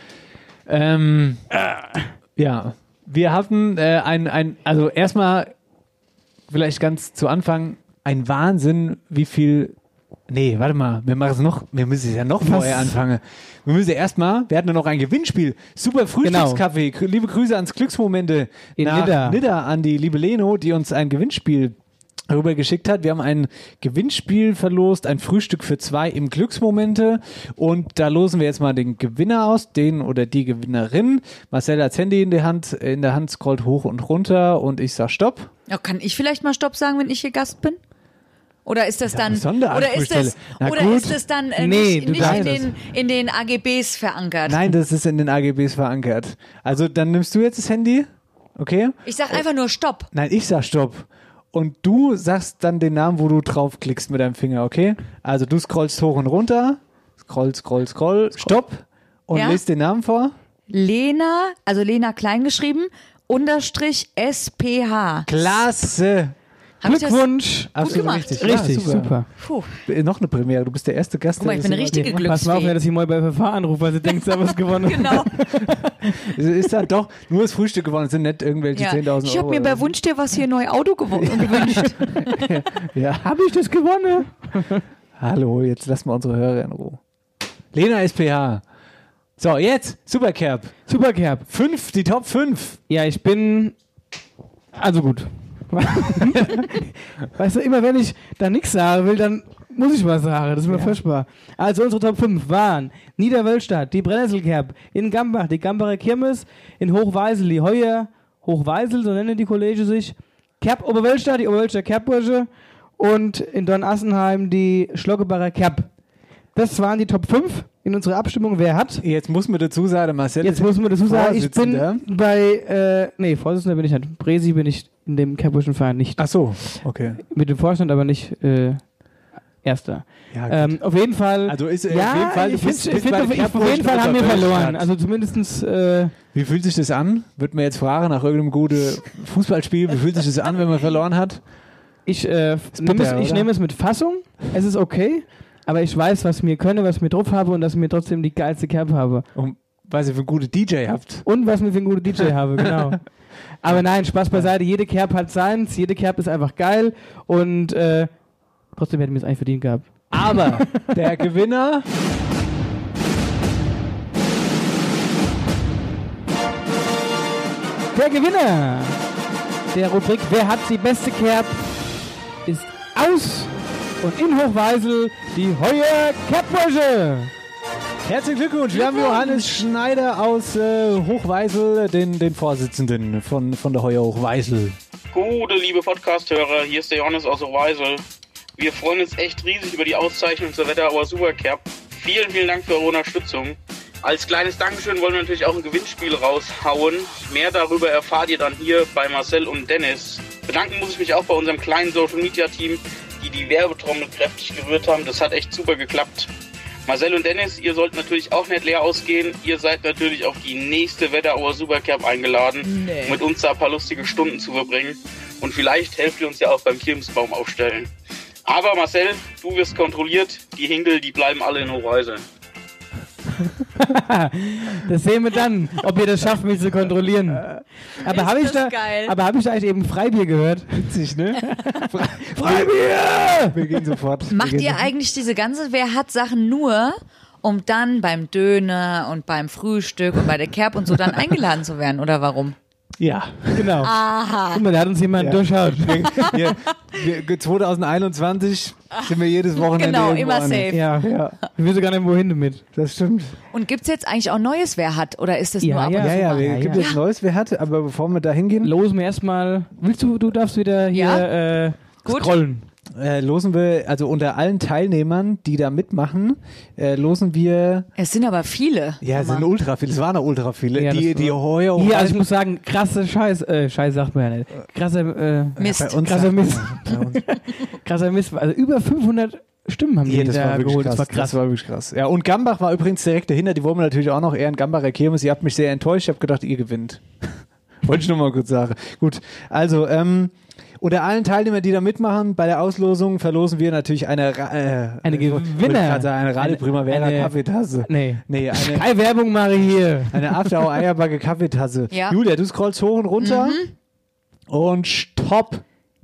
Ja, wir hatten also erstmal vielleicht ganz zu Anfang ein Wahnsinn, wie viel. Nee, warte mal, wir müssen es ja noch vorher anfangen. Wir müssen erstmal, wir hatten ja noch ein Gewinnspiel. Super Frühstückskaffee. Liebe Grüße ans Glücksmomente In nach Nidda. an die liebe Leno, die uns ein Gewinnspiel rüber geschickt hat. Wir haben ein Gewinnspiel verlost, ein Frühstück für 2 im Glücksmomente und da losen wir jetzt mal den Gewinner aus, den oder die Gewinnerin. Marcel hat das Handy in der Hand scrollt hoch und runter und ich sag Stopp. Ja, kann ich vielleicht mal Stopp sagen, wenn ich hier Gast bin? Oder ist das dann, Sonderanspruchstelle. oder Na ist gut. das dann Nee, nicht, du nicht darfst in den AGBs verankert? Nein, das ist in den AGBs verankert. Also dann nimmst du jetzt das Handy, okay? Ich sag einfach nur Stopp. Nein, ich sag Stopp. Und du sagst dann den Namen, wo du draufklickst mit deinem Finger, okay? Also du scrollst hoch und runter, scroll, Stopp und Ja? lest den Namen vor. Lena, also Lena klein geschrieben, _ SPH. Klasse. Hab ich das Glückwunsch. Absolut gemacht. richtig. Richtig, Ja, super. Puh. Noch eine Premiere. Du bist der erste Gast. Guck mal, ich bin eine richtige Pass mal auf, Glücksfee. dass ich mal bei FFH anrufe, weil sie denkt, sie haben was gewonnen. Genau. Es ist dann doch nur das Frühstück gewonnen. Es sind nicht irgendwelche Ja. 10.000 Euro. Ich habe mir bei Wunsch dir was hier neu Auto gewünscht. Ja. Habe ich das gewonnen? Hallo, jetzt lassen wir unsere Hörer in Ruhe. Lena SPH. So, jetzt Supercap. Supercap. 5, die Top 5. Ja, ich bin. Also gut. Weißt du, immer wenn ich da nichts sagen will, dann muss ich was sagen. Das ist mir furchtbar. Also unsere Top 5 waren Niederwölstadt, die Brennnesselkerb, in Gambach, die Gambacher Kirmes, in Hochweisel, die Heuer Hochweisel, so nennen die Kollegen sich, Kerb Oberwölstadt, die Oberwölstadt Kerbbursche und in Dornassenheim die Schloggebacher Kerb. Das waren die Top 5 in unserer Abstimmung. Wer hat? Jetzt muss man dazu sagen, Marcel. Jetzt muss man dazu sagen, ich bin Vorsitzender. bei, Vorsitzender bin ich nicht. Präsi bin ich in dem Kerbburschen Verein nicht. Ach so, okay. Mit dem Vorstand aber nicht Erster. Ja, gut. Auf jeden Fall. Also ist auf ja, jeden Fall, ich finde, auf jeden Fall haben wir verloren. Also zumindestens. Wie fühlt sich das an? Wird man jetzt fragen nach irgendeinem guten Fußballspiel, wie fühlt sich das an, wenn man verloren hat? Ich nehme es mit Fassung. Es ist okay. Aber ich weiß, was mir könne, was mir drauf habe und dass ich mir trotzdem die geilste Kerb habe. Und was ihr für einen guten DJ habt. Und was mir für einen guten DJ habe, genau. Aber nein, Spaß beiseite. Jede Kerb hat seins. Jede Kerb ist einfach geil. Und trotzdem hätten wir es eigentlich verdient gehabt. Aber der Gewinner... Der Gewinner der Rubrik Wer hat die beste Kerb ist aus und in Hochweisel die Heuer Kerbbursche. Herzlichen Glückwunsch, wir haben Johannes Schneider aus Hochweisel, den Vorsitzenden von der Heuer Hochweisel. Gute, liebe Podcast-Hörer, hier ist der Johannes aus Hochweisel. Wir freuen uns echt riesig über die Auszeichnung zur Wetterauer Supercap. Vielen, vielen Dank für eure Unterstützung. Als kleines Dankeschön wollen wir natürlich auch ein Gewinnspiel raushauen. Mehr darüber erfahrt ihr dann hier bei Marcel und Dennis. Bedanken muss ich mich auch bei unserem kleinen Social-Media-Team, die Werbetrommel kräftig gerührt haben. Das hat echt super geklappt. Marcel und Dennis, ihr sollt natürlich auch nicht leer ausgehen. Ihr seid natürlich auf die nächste Wetterauer Supercap eingeladen, mit uns da ein paar lustige Stunden zu verbringen. Und vielleicht helft ihr uns ja auch beim Kirmesbaum aufstellen. Aber Marcel, du wirst kontrolliert. Die Hinkel, die bleiben alle in Hochweisel. Das sehen wir dann, ob ihr das schafft, mich zu kontrollieren. Aber habe ich, hab ich da eigentlich eben Freibier gehört? Witzig, ne? Freibier! Wir gehen sofort. Macht ihr eigentlich diese ganze Wer hat Sachen nur, um dann beim Döner und beim Frühstück und bei der Kerb und so dann eingeladen zu werden, oder warum? Ja. Genau. Aha. Guck mal, da hat uns jemand durchschaut. 2021 sind wir jedes Wochenende Genau, irgendwo immer an. safe. Ja. Wir wissen gar nicht, wohin damit. Das stimmt. Und gibt's jetzt eigentlich auch Neues Wer hat, oder ist das Ja, nur ab und ja. zu Ja, mal? gibt es Neues, wer hat, aber bevor wir da hingehen, Losen wir erstmal. Du darfst wieder hier Gut. scrollen. losen wir, also unter allen Teilnehmern, die da mitmachen, losen wir, Es sind aber viele. ja, es sind ultra viele, es waren auch ultra viele, Ja, die Heuer Hier, also ich muss sagen, krasse Scheiß sagt man ja nicht. Mist. bei uns Krasser sagt man- Mist. bei uns- Krasser Mist. Also über 500 Stimmen haben die Ja, das da war wirklich geholt. krass. Das war krass. Das war wirklich krass. Ja, und Gambach war übrigens direkt dahinter. Die wollen wir natürlich auch noch eher in Gambacher Kirmes. Ihr habt mich sehr enttäuscht. Ich habe gedacht, ihr gewinnt. Wollte ich nur mal kurz sagen. Gut, also unter allen Teilnehmern, die da mitmachen, bei der Auslosung verlosen wir natürlich eine Gewinner. Eine Radio Primavera eine- Kaffeetasse. Nee. Nee, Keine Werbung mache ich hier. eine After Hour Eierbacke Kaffeetasse. Ja. Julia, du scrollst hoch und runter und stopp.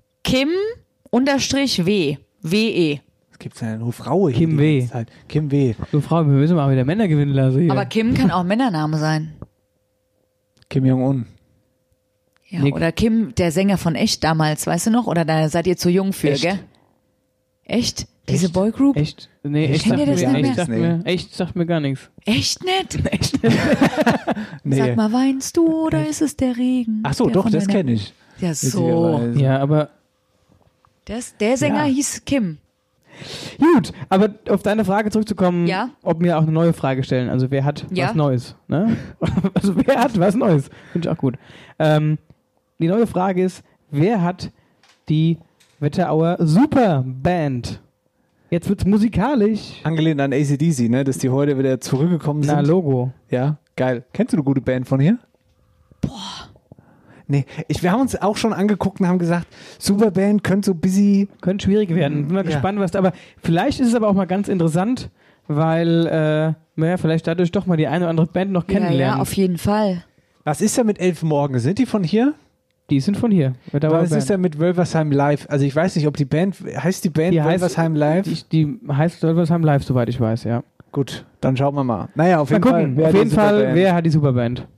Kim_W. W-E. Es gibt ja nur Frauen hier. Kim die W. ganze Zeit. Kim W. Du Frau, wir müssen mal wieder Männer gewinnen lassen hier. Aber Kim kann auch Männername sein. Kim Jong-un. Ja, Nick. oder Kim, der Sänger von Echt damals, weißt du noch? Oder da seid ihr zu jung für, Echt? gell? Echt? Diese Boygroup? Echt? Nee, echt Kennt sagt ihr das mir, nicht echt, mehr? sagt mir gar nichts. Echt nicht? Nee. Sag mal, weinst du oder ist es der Regen? Ach so, der doch, von das deiner- kenne ich. Ja, so. Witzigerweise. Ja, aber Der Sänger Ja. hieß Kim. gut. Aber auf deine Frage zurückzukommen, Ja. ob wir auch eine neue Frage stellen. Also wer hat Ja. was Neues? Ne? Also wer hat was Neues? Finde ich auch gut. Die neue Frage ist, wer hat die Wetterauer Superband? Jetzt wird's musikalisch. Angelehnt an AC/DC, ne? Dass die heute wieder zurückgekommen sind. Na, Logo. Ja, geil. Kennst du eine gute Band von hier? Boah. Nee, wir haben uns auch schon angeguckt und haben gesagt, Superband könnte so busy. Könnte schwierig werden. Bin mal gespannt, was da. Aber vielleicht ist es aber auch mal ganz interessant, weil vielleicht dadurch doch mal die eine oder andere Band noch kennenlernen. Ja, auf jeden Fall. Was ist da mit Elf Morgen? Sind die von hier? Die sind von hier. Was ist da mit Wölversheim Live? Also ich weiß nicht, ob die Band, heißt die Band Wölversheim Live? Die heißt Wölversheim Live, soweit ich weiß, ja. Gut, dann schauen wir mal. Naja, auf jeden Fall. Wer hat die Superband?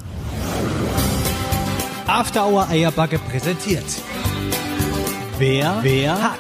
After Hour Eierbacke präsentiert. Wer hat.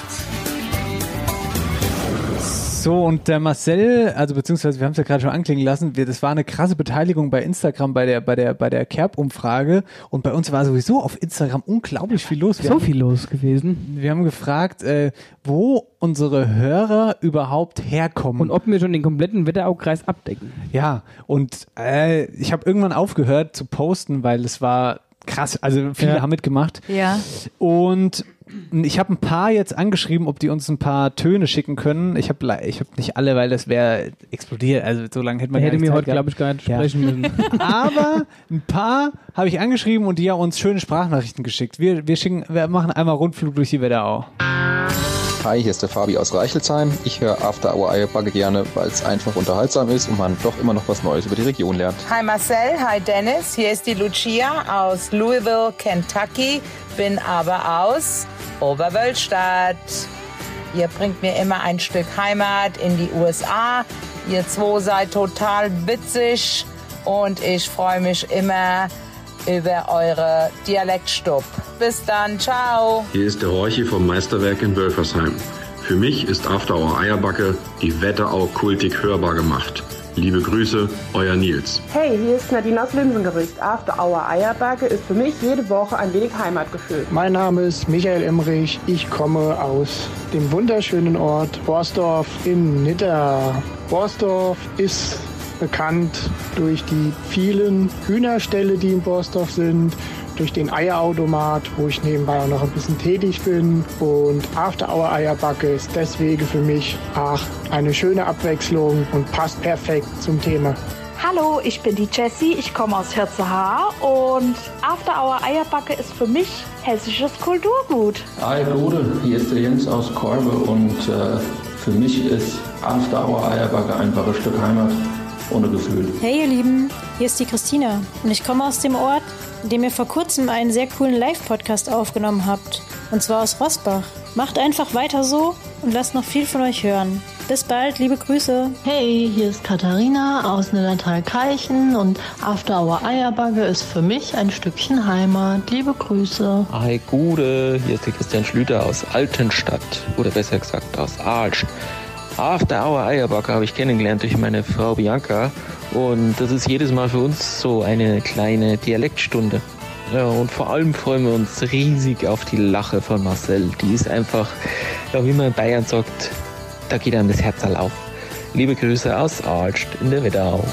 So, und der Marcel, also beziehungsweise wir haben es ja gerade schon anklingen lassen, das war eine krasse Beteiligung bei Instagram bei der Kerb-Umfrage und bei uns war sowieso auf Instagram unglaublich viel los. Viel los gewesen. Wir haben gefragt, wo unsere Hörer überhaupt herkommen. Und ob wir schon den kompletten Wetteraukreis abdecken. Ja, und ich habe irgendwann aufgehört zu posten, weil es war krass, also viele haben mitgemacht. Ja. Und ich habe ein paar jetzt angeschrieben, ob die uns ein paar Töne schicken können. Ich hab nicht alle, weil das wäre explodiert. Also so lange hätte man hätte mir heute, glaube ich, gar nicht sprechen müssen. Aber ein paar habe ich angeschrieben und die haben uns schöne Sprachnachrichten geschickt. Wir machen einmal Rundflug durch die Wetterau. Hi, hier ist der Fabi aus Reichelsheim. Ich höre After Hour Eierbacke gerne, weil es einfach unterhaltsam ist und man doch immer noch was Neues über die Region lernt. Hi Marcel, hi Dennis, hier ist die Lucia aus Louisville, Kentucky, bin aber aus Oberwölstadt. Ihr bringt mir immer ein Stück Heimat in die USA. Ihr zwei seid total witzig und ich freue mich immer über eure Dialektstub. Bis dann, ciao. Hier ist der Horchi vom Meisterwerk in Wölfersheim. Für mich ist After Hour Eierbacke die Wetterau kultig hörbar gemacht. Liebe Grüße, euer Nils. Hey, hier ist Nadine aus Linsengerüst. After Hour Eierbacke ist für mich jede Woche ein wenig Heimatgefühl. Mein Name ist Michael Emmerich. Ich komme aus dem wunderschönen Ort Borsdorf in Nidda. Borsdorf ist bekannt durch die vielen Hühnerställe, die in Borsdorf sind, durch den Eierautomat, wo ich nebenbei auch noch ein bisschen tätig bin. Und After Hour Eierbacke ist deswegen für mich eine schöne Abwechslung und passt perfekt zum Thema. Hallo, ich bin die Jessie, ich komme aus Hirzehaar und After Hour Eierbacke ist für mich hessisches Kulturgut. Hi Bruder, hier ist der Jens aus Korbe und für mich ist After Hour Eierbacke einfach ein Stück Heimat. Ohne Gefühl. Hey ihr Lieben, hier ist die Christina und ich komme aus dem Ort, in dem ihr vor kurzem einen sehr coolen Live-Podcast aufgenommen habt. Und zwar aus Roßbach. Macht einfach weiter so und lasst noch viel von euch hören. Bis bald, liebe Grüße. Hey, hier ist Katharina aus Nillertal-Keichen und After Hour Eierbacke ist für mich ein Stückchen Heimat. Liebe Grüße. Hi Gude, hier ist der Christian Schlüter aus Altenstadt oder besser gesagt aus Aalst. After Hour Eierbacke habe ich kennengelernt durch meine Frau Bianca und das ist jedes Mal für uns so eine kleine Dialektstunde. Ja, und vor allem freuen wir uns riesig auf die Lache von Marcel. Die ist einfach, ja, wie man in Bayern sagt, da geht einem das Herz auf. Liebe Grüße aus Aalst in der Wetterau.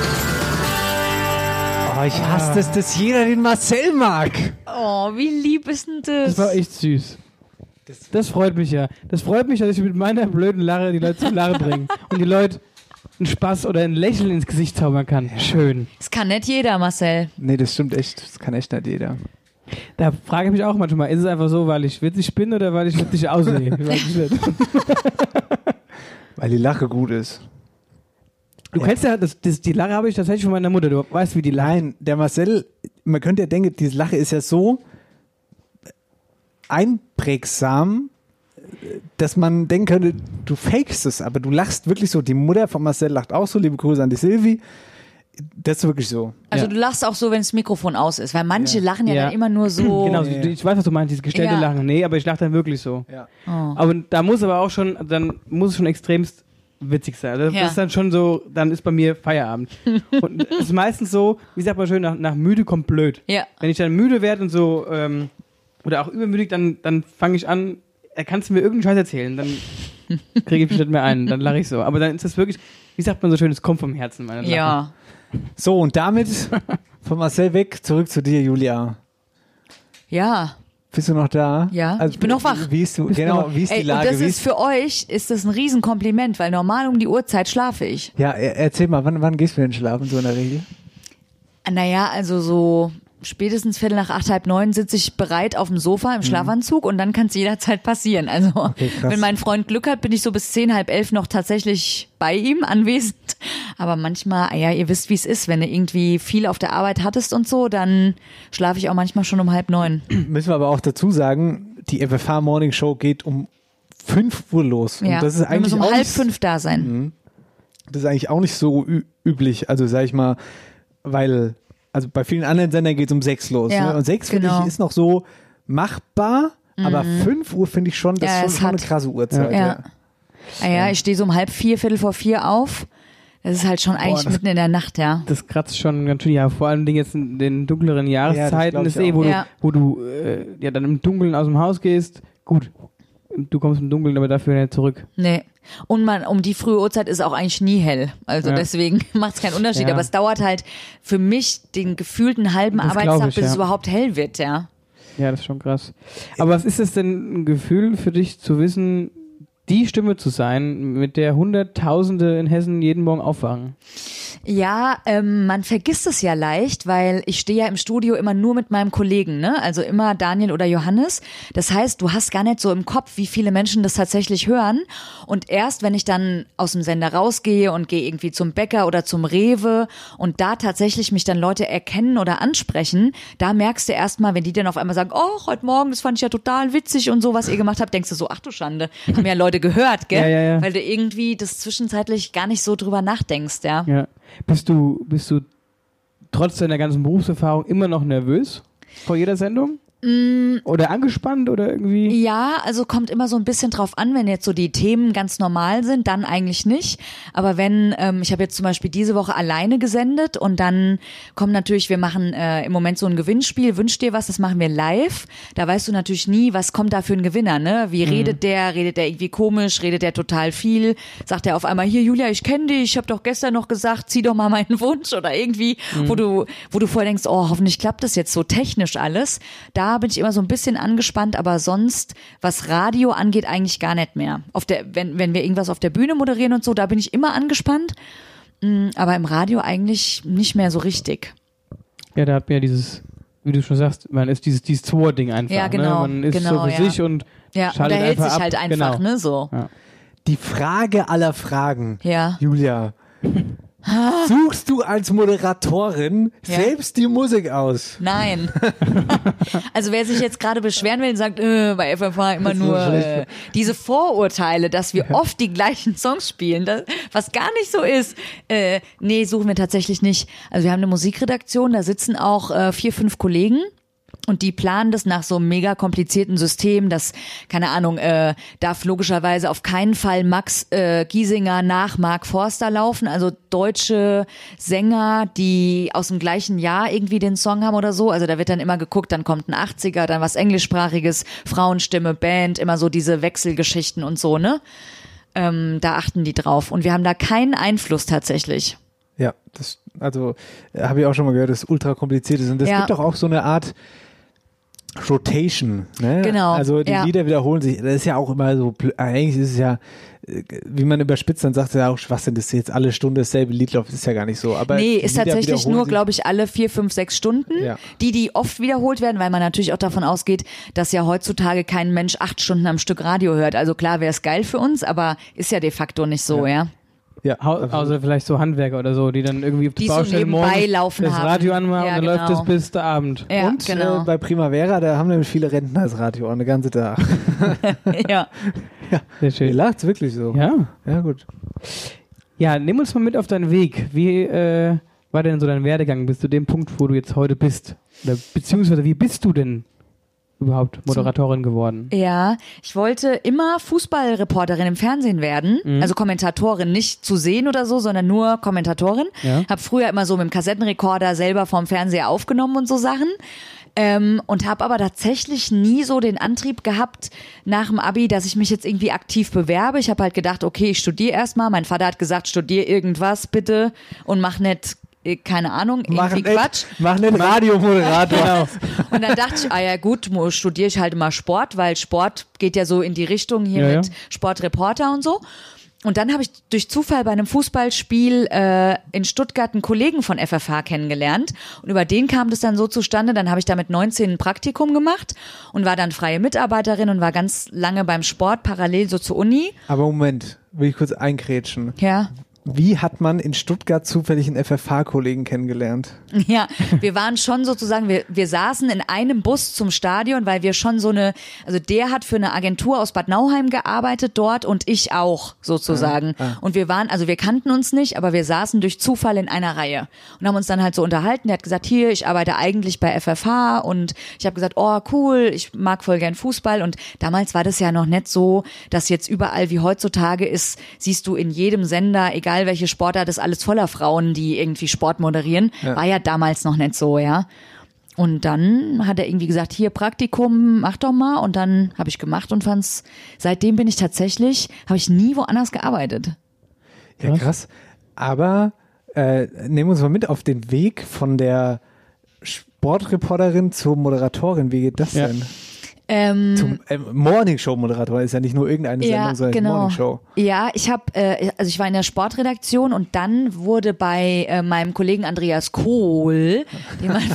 Oh, ich hasse das, dass jeder den Marcel mag. Oh, wie lieb ist denn das? Das war echt süß. Das freut mich ja. Das freut mich, dass ich mit meiner blöden Lache die Leute zum Lachen bringe. Und die Leute einen Spaß oder ein Lächeln ins Gesicht zaubern kann. Ja. Schön. Das kann nicht jeder, Marcel. Nee, das stimmt echt. Das kann echt nicht jeder. Da frage ich mich auch manchmal, ist es einfach so, weil ich witzig bin oder weil ich witzig aussehe? Ich weiß nicht. Weil die Lache gut ist. Du kennst ja, die Lache habe ich tatsächlich von meiner Mutter. Du weißt, wie die Lache... Nein, der Marcel, man könnte ja denken, diese Lache ist ja so einprägsam, dass man denken könnte, du fakest es, aber du lachst wirklich so. Die Mutter von Marcel lacht auch so. Liebe Grüße an die Silvi. Das ist wirklich so. Also du lachst auch so, wenn das Mikrofon aus ist, weil manche lachen ja dann immer nur so. Genau, ich weiß, was du meinst, dieses gestellte Lachen. Nee, aber ich lache dann wirklich so. Ja. Oh. Aber da muss aber auch schon, dann muss es schon extremst witzig sein. Das ist dann schon so, dann ist bei mir Feierabend. Und es ist meistens so, wie sagt man schön, nach müde kommt blöd. Ja. Wenn ich dann müde werde und so, oder auch übermüdig, dann fange ich an, kannst du mir irgendeinen Scheiß erzählen, dann kriege ich mich nicht mehr ein, dann lache ich so. Aber dann ist das wirklich, wie sagt man so schön, es kommt vom Herzen, meine Lache. Ja. So, und damit von Marcel weg, zurück zu dir, Julia. Ja. Bist du noch da? Ja, also, ich bin noch wach. Wie ist die Lage? Und das ist für euch, ist das ein Riesenkompliment, weil normal um die Uhrzeit schlafe ich. Ja, erzähl mal, wann gehst du denn schlafen, so in der Regel? Naja, also so spätestens 7:45, 8:30 sitze ich bereit auf dem Sofa im Schlafanzug und dann kann es jederzeit passieren. Also wenn mein Freund Glück hat, bin ich so bis 10, halb 11 noch tatsächlich bei ihm anwesend. Aber manchmal, ja, ihr wisst, wie es ist, wenn du irgendwie viel auf der Arbeit hattest und so, dann schlafe ich auch manchmal schon um 8:30. Müssen wir aber auch dazu sagen, die FFH Morning Show geht um 5 Uhr los. Ja, und das ist wir eigentlich müssen um auch 4:30 da sein. Das ist eigentlich auch nicht so üblich. Also sag ich mal, weil also bei vielen anderen Sendern geht es um 6 los. Ja, ne? Und 6 finde ich ist noch so machbar, aber 5 Uhr finde ich schon, das ist schon eine krasse Uhrzeit. Ja, ich stehe so um 3:30, 4:45 auf. Das ist halt schon eigentlich mitten in der Nacht, ja. Das kratzt schon ganz schön, ja, vor allem jetzt in den dunkleren Jahreszeiten ist wo du dann im Dunkeln aus dem Haus gehst. Gut, du kommst im Dunkeln, aber dafür nicht zurück. Nee. Und um die frühe Uhrzeit ist auch eigentlich nie hell. Also deswegen macht es keinen Unterschied. Ja. Aber es dauert halt für mich den gefühlten halben Arbeitstag, bis es überhaupt hell wird, ja. Ja, das ist schon krass. Aber was ist es denn ein Gefühl für dich zu wissen, die Stimme zu sein, mit der Hunderttausende in Hessen jeden Morgen aufwachen? Ja, man vergisst es ja leicht, weil ich stehe ja im Studio immer nur mit meinem Kollegen, ne? Also immer Daniel oder Johannes. Das heißt, du hast gar nicht so im Kopf, wie viele Menschen das tatsächlich hören. Und erst, wenn ich dann aus dem Sender rausgehe und gehe irgendwie zum Bäcker oder zum Rewe und da tatsächlich mich dann Leute erkennen oder ansprechen, da merkst du erstmal, wenn die dann auf einmal sagen, oh, heute Morgen, das fand ich ja total witzig und so, was ihr gemacht habt, denkst du so, ach du Schande, haben ja Leute gehört, gell? Ja. Weil du irgendwie das zwischenzeitlich gar nicht so drüber nachdenkst, ja. Bist du trotz deiner ganzen Berufserfahrung immer noch nervös vor jeder Sendung? Oder angespannt oder irgendwie? Ja, also kommt immer so ein bisschen drauf an, wenn jetzt so die Themen ganz normal sind, dann eigentlich nicht. Aber wenn, ich habe jetzt zum Beispiel diese Woche alleine gesendet und dann kommt natürlich, wir machen im Moment so ein Gewinnspiel, wünsch dir was, das machen wir live. Da weißt du natürlich nie, was kommt da für ein Gewinner, ne? Wie redet der irgendwie komisch, redet der total viel, sagt er auf einmal, hier Julia, ich kenne dich, ich habe doch gestern noch gesagt, zieh doch mal meinen Wunsch oder irgendwie, wo du vorher denkst, oh, hoffentlich klappt das jetzt so technisch alles. Da bin ich immer so ein bisschen angespannt, aber sonst, was Radio angeht, eigentlich gar nicht mehr. Wenn wir irgendwas auf der Bühne moderieren und so, da bin ich immer angespannt, aber im Radio eigentlich nicht mehr so richtig. Ja, da hat man ja dieses, wie du schon sagst, man ist dieses Tor-Ding einfach. Ja, genau. Ne? Man ist so für sich und schaltet hält einfach sich halt ab. einfach, ne, so. Ja. Die Frage aller Fragen, ja. Julia. Suchst du als Moderatorin selbst die Musik aus? Nein. Also wer sich jetzt gerade beschweren will und sagt, bei FFH immer nur diese Vorurteile, dass wir oft die gleichen Songs spielen, was gar nicht so ist. Nee, suchen wir tatsächlich nicht. Also wir haben eine Musikredaktion, da sitzen auch 4, 5 Kollegen. Und die planen das nach so einem mega komplizierten System, das, keine Ahnung, darf logischerweise auf keinen Fall Max Giesinger nach Mark Forster laufen, also deutsche Sänger, die aus dem gleichen Jahr irgendwie den Song haben oder so. Also da wird dann immer geguckt, dann kommt ein 80er, dann was Englischsprachiges, Frauenstimme, Band, immer so diese Wechselgeschichten und so, ne? Da achten die drauf. Und wir haben da keinen Einfluss tatsächlich. Ja, habe ich auch schon mal gehört, das ultra kompliziert ist. Und das gibt doch auch so eine Art Rotation, ne? Genau. Also die Lieder wiederholen sich. Das ist ja auch immer so, eigentlich ist es ja, wie man überspitzt, dann sagt er ja auch Schwachsinn, das ist jetzt alle Stunde dasselbe Lied läuft, ist ja gar nicht so. Aber nee, ist tatsächlich nur, glaube ich, alle 4, 5, 6 Stunden, die oft wiederholt werden, weil man natürlich auch davon ausgeht, dass ja heutzutage kein Mensch 8 Stunden am Stück Radio hört. Also klar wäre es geil für uns, aber ist ja de facto nicht so, ja. Ja, außer vielleicht so Handwerker oder so, die dann irgendwie auf die der Baustelle so nebenbei laufen das haben. Radio anmachen und dann läuft das bis der Abend. Ja, und genau. Bei Primavera, da haben nämlich viele Rentner das Radio an, den ganzen Tag. Ja. Sehr schön. Ihr lacht's wirklich so. Ja. Ja, gut. Ja, nimm uns mal mit auf deinen Weg. Wie war denn so dein Werdegang bis zu dem Punkt, wo du jetzt heute bist? Oder beziehungsweise, wie bist du denn überhaupt Moderatorin geworden? Ja, ich wollte immer Fußballreporterin im Fernsehen werden, also Kommentatorin, nicht zu sehen oder so, sondern nur Kommentatorin. Ja. Hab früher immer so mit dem Kassettenrekorder selber vorm Fernseher aufgenommen und so Sachen. Und habe aber tatsächlich nie so den Antrieb gehabt nach dem Abi, dass ich mich jetzt irgendwie aktiv bewerbe. Ich habe halt gedacht, okay, ich studiere erstmal. Mein Vater hat gesagt, studier irgendwas bitte und mach nicht keine Ahnung, irgendwie Quatsch. Mach einen Radiomoderator. Genau. Und dann dachte ich, ja gut, studiere ich halt immer Sport, weil Sport geht ja so in die Richtung hier mit Sportreporter und so. Und dann habe ich durch Zufall bei einem Fußballspiel in Stuttgart einen Kollegen von FFH kennengelernt. Und über den kam das dann so zustande. Dann habe ich da mit 19 ein Praktikum gemacht und war dann freie Mitarbeiterin und war ganz lange beim Sport, parallel so zur Uni. Aber Moment, will ich kurz eingrätschen. Ja. Wie hat man in Stuttgart zufällig einen FFH-Kollegen kennengelernt? Ja, wir waren schon sozusagen, wir saßen in einem Bus zum Stadion, weil wir schon so also der hat für eine Agentur aus Bad Nauheim gearbeitet dort und ich auch sozusagen. Und wir kannten uns nicht, aber wir saßen durch Zufall in einer Reihe und haben uns dann halt so unterhalten. Der hat gesagt, hier, ich arbeite eigentlich bei FFH und ich habe gesagt, oh cool, ich mag voll gern Fußball und damals war das ja noch nicht so, dass jetzt überall wie heutzutage ist, siehst du in jedem Sender, egal welche Sportart, ist alles voller Frauen, die irgendwie Sport moderieren. Ja. War ja damals noch nicht so, ja. Und dann hat er irgendwie gesagt, hier Praktikum, mach doch mal. Und dann habe ich gemacht und seitdem habe ich nie woanders gearbeitet. Ja, krass. Aber nehmen wir uns mal mit auf den Weg von der Sportreporterin zur Moderatorin. Wie geht das denn? Zum Morningshow-Moderator ist ja nicht nur irgendeine Sendung, sondern Morningshow. Ja, ich war in der Sportredaktion und dann wurde bei meinem Kollegen Andreas Kohl, den man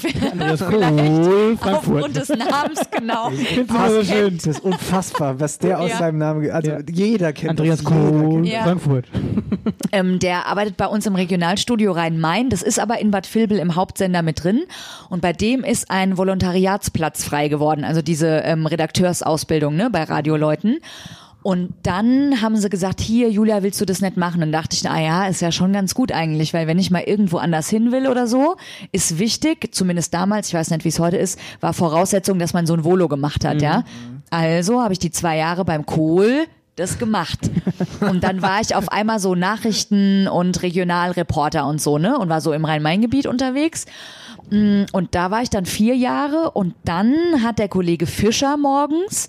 aufgrund des Namens genau. Ich finde das so schön. Das ist unfassbar, was der aus seinem Namen, jeder kennt Andreas Kohl, Frankfurt. Der arbeitet bei uns im Regionalstudio Rhein-Main, das ist aber in Bad Vilbel im Hauptsender mit drin und bei dem ist ein Volontariatsplatz frei geworden, also diese Redakteursausbildung, ne, bei Radioleuten. Und dann haben sie gesagt, hier, Julia, willst du das nicht machen? Und dachte ich, ist ja schon ganz gut eigentlich, weil wenn ich mal irgendwo anders hin will oder so, ist wichtig, zumindest damals, ich weiß nicht, wie es heute ist, war Voraussetzung, dass man so ein Volo gemacht hat, ja. Also habe ich die 2 Jahre beim Kohl das gemacht. Und dann war ich auf einmal so Nachrichten- und Regionalreporter und so, ne, und war so im Rhein-Main-Gebiet unterwegs. Und da war ich dann 4 Jahre und dann hat der Kollege Fischer morgens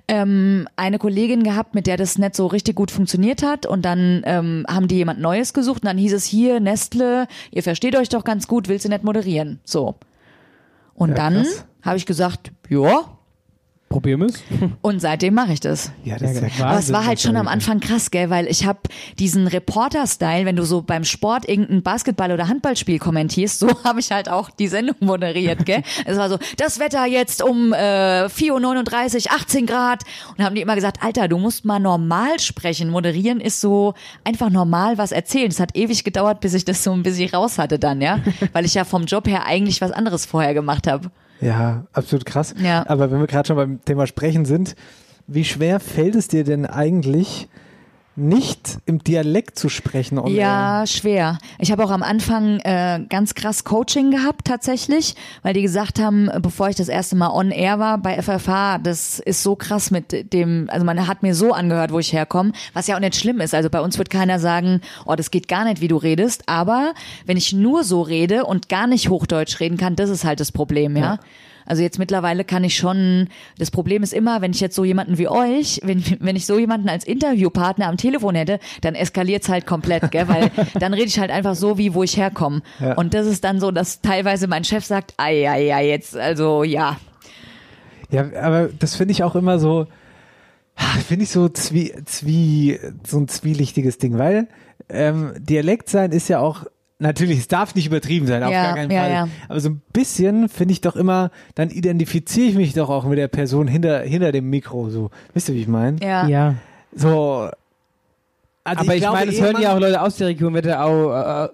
eine Kollegin gehabt, mit der das nicht so richtig gut funktioniert hat und dann haben die jemand Neues gesucht und dann hieß es hier, Nestle, ihr versteht euch doch ganz gut, willst du nicht moderieren? So. Und dann habe ich gesagt, ja, probieren wir es. Und seitdem mache ich das. Ja, das ist ja krass. Aber es war halt schon am Anfang krass, gell, weil ich habe diesen Reporter-Style, wenn du so beim Sport irgendein Basketball- oder Handballspiel kommentierst, so habe ich halt auch die Sendung moderiert, gell. Es war so, das Wetter jetzt um 4:39 Uhr, 18 Grad. Und dann haben die immer gesagt, Alter, du musst mal normal sprechen. Moderieren ist so einfach normal was erzählen. Es hat ewig gedauert, bis ich das so ein bisschen raus hatte dann, ja. Weil ich ja vom Job her eigentlich was anderes vorher gemacht habe. Ja, absolut krass. Ja. Aber wenn wir gerade schon beim Thema Sprechen sind, wie schwer fällt es dir denn eigentlich, nicht im Dialekt zu sprechen? Ja, schwer. Ich habe auch am Anfang ganz krass Coaching gehabt tatsächlich, weil die gesagt haben, bevor ich das erste Mal on air war bei FFH, das ist so krass mit dem, also man hat mir so angehört, wo ich herkomme, was ja auch nicht schlimm ist. Also bei uns wird keiner sagen, oh, das geht gar nicht, wie du redest, aber wenn ich nur so rede und gar nicht Hochdeutsch reden kann, das ist halt das Problem, ja. Also jetzt mittlerweile kann ich schon, das Problem ist immer, wenn ich jetzt so jemanden wie euch, wenn ich so jemanden als Interviewpartner am Telefon hätte, dann eskaliert's halt komplett, gell, weil dann rede ich halt einfach so, wie wo ich herkomme. Ja. Und das ist dann so, dass teilweise mein Chef sagt, jetzt, also ja. Ja, aber das finde ich auch immer so, so ein zwielichtiges Ding, weil Dialekt sein ist ja auch, natürlich, es darf nicht übertrieben sein, auf gar keinen Fall. Ja. Aber so ein bisschen finde ich doch immer, dann identifiziere ich mich doch auch mit der Person hinter dem Mikro. So, wisst ihr, wie ich meine? Ja. So. Also aber ich meine, es hören ja auch Leute aus der Region, wenn der auch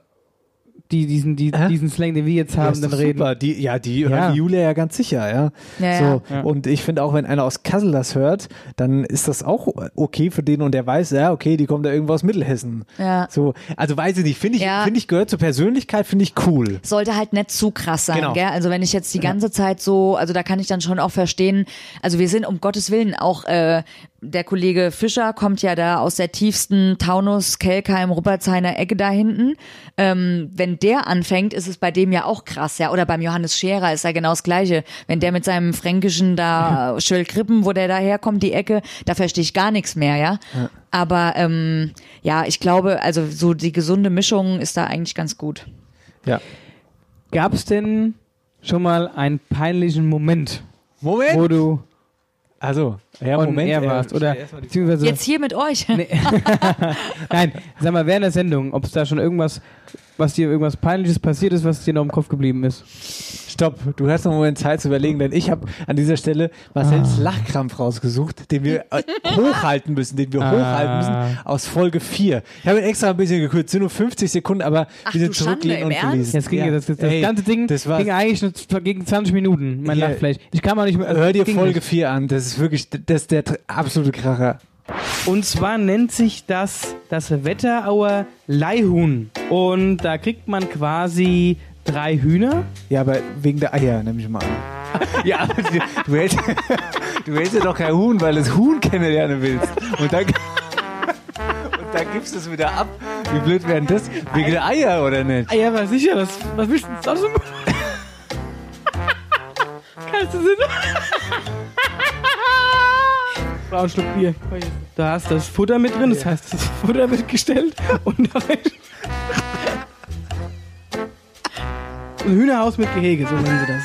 diesen Slang, den wir jetzt haben, dann reden. Super. Die hören die Julia ja ganz sicher, ja. Und ich finde auch, wenn einer aus Kassel das hört, dann ist das auch okay für den und der weiß, ja, okay, die kommen da irgendwo aus Mittelhessen. Ja. So, also weiß ich nicht, finde ich gehört zur Persönlichkeit, finde ich cool. Sollte halt nicht zu krass sein, gell? Also wenn ich jetzt die ganze Zeit so, also da kann ich dann schon auch verstehen, also wir sind um Gottes Willen auch, der Kollege Fischer kommt ja da aus der tiefsten Taunus, Kelkheim, Ruppertshainer Ecke da hinten. Wenn der anfängt, ist es bei dem ja auch krass, ja. Oder beim Johannes Scherer ist ja genau das Gleiche. Wenn der mit seinem Fränkischen da Schöllkrippen, wo der da herkommt, die Ecke, da verstehe ich gar nichts mehr, ja. Aber ich glaube, also so die gesunde Mischung ist da eigentlich ganz gut. Ja. Gab es denn schon mal einen peinlichen Moment? Wo du Ja, on Moment, air warst. Oder beziehungsweise Jetzt hier mit euch. Nee. Nein, sag mal, während der Sendung, ob es da schon irgendwas Peinliches passiert ist, was dir noch im Kopf geblieben ist. Stopp, du hast noch einen Moment Zeit zu überlegen, denn ich habe an dieser Stelle Marcells Lachkrampf rausgesucht, den wir hochhalten müssen, aus Folge 4. Ich habe ihn extra ein bisschen gekürzt, sind nur 50 Sekunden, aber wir sind zurücklehnen und gelesen. Das ganze Ding ging eigentlich nur gegen 20 Minuten, mein Lachfleisch. Ich kann mal nicht mehr. Hör dir Folge 4 an, das ist wirklich, das ist der absolute Kracher. Und zwar nennt sich das Wetterauer Leihhuhn. Und da kriegt man quasi 3 Hühner. Ja, aber wegen der Eier, nehme ich mal an. Ja, du hältst ja doch kein Huhn, weil du das Huhn kennenlernen willst. Und dann gibst du es wieder ab. Wie blöd wäre denn das? Wegen der Eier, oder nicht? Ja, aber sicher, was willst du denn sonst? Kannst du Sinn? Ein Schluck Bier. Da hast du das Futter mit drin, das heißt, das Futter wird gestellt und da ein Hühnerhaus mit Gehege, so nennen sie das.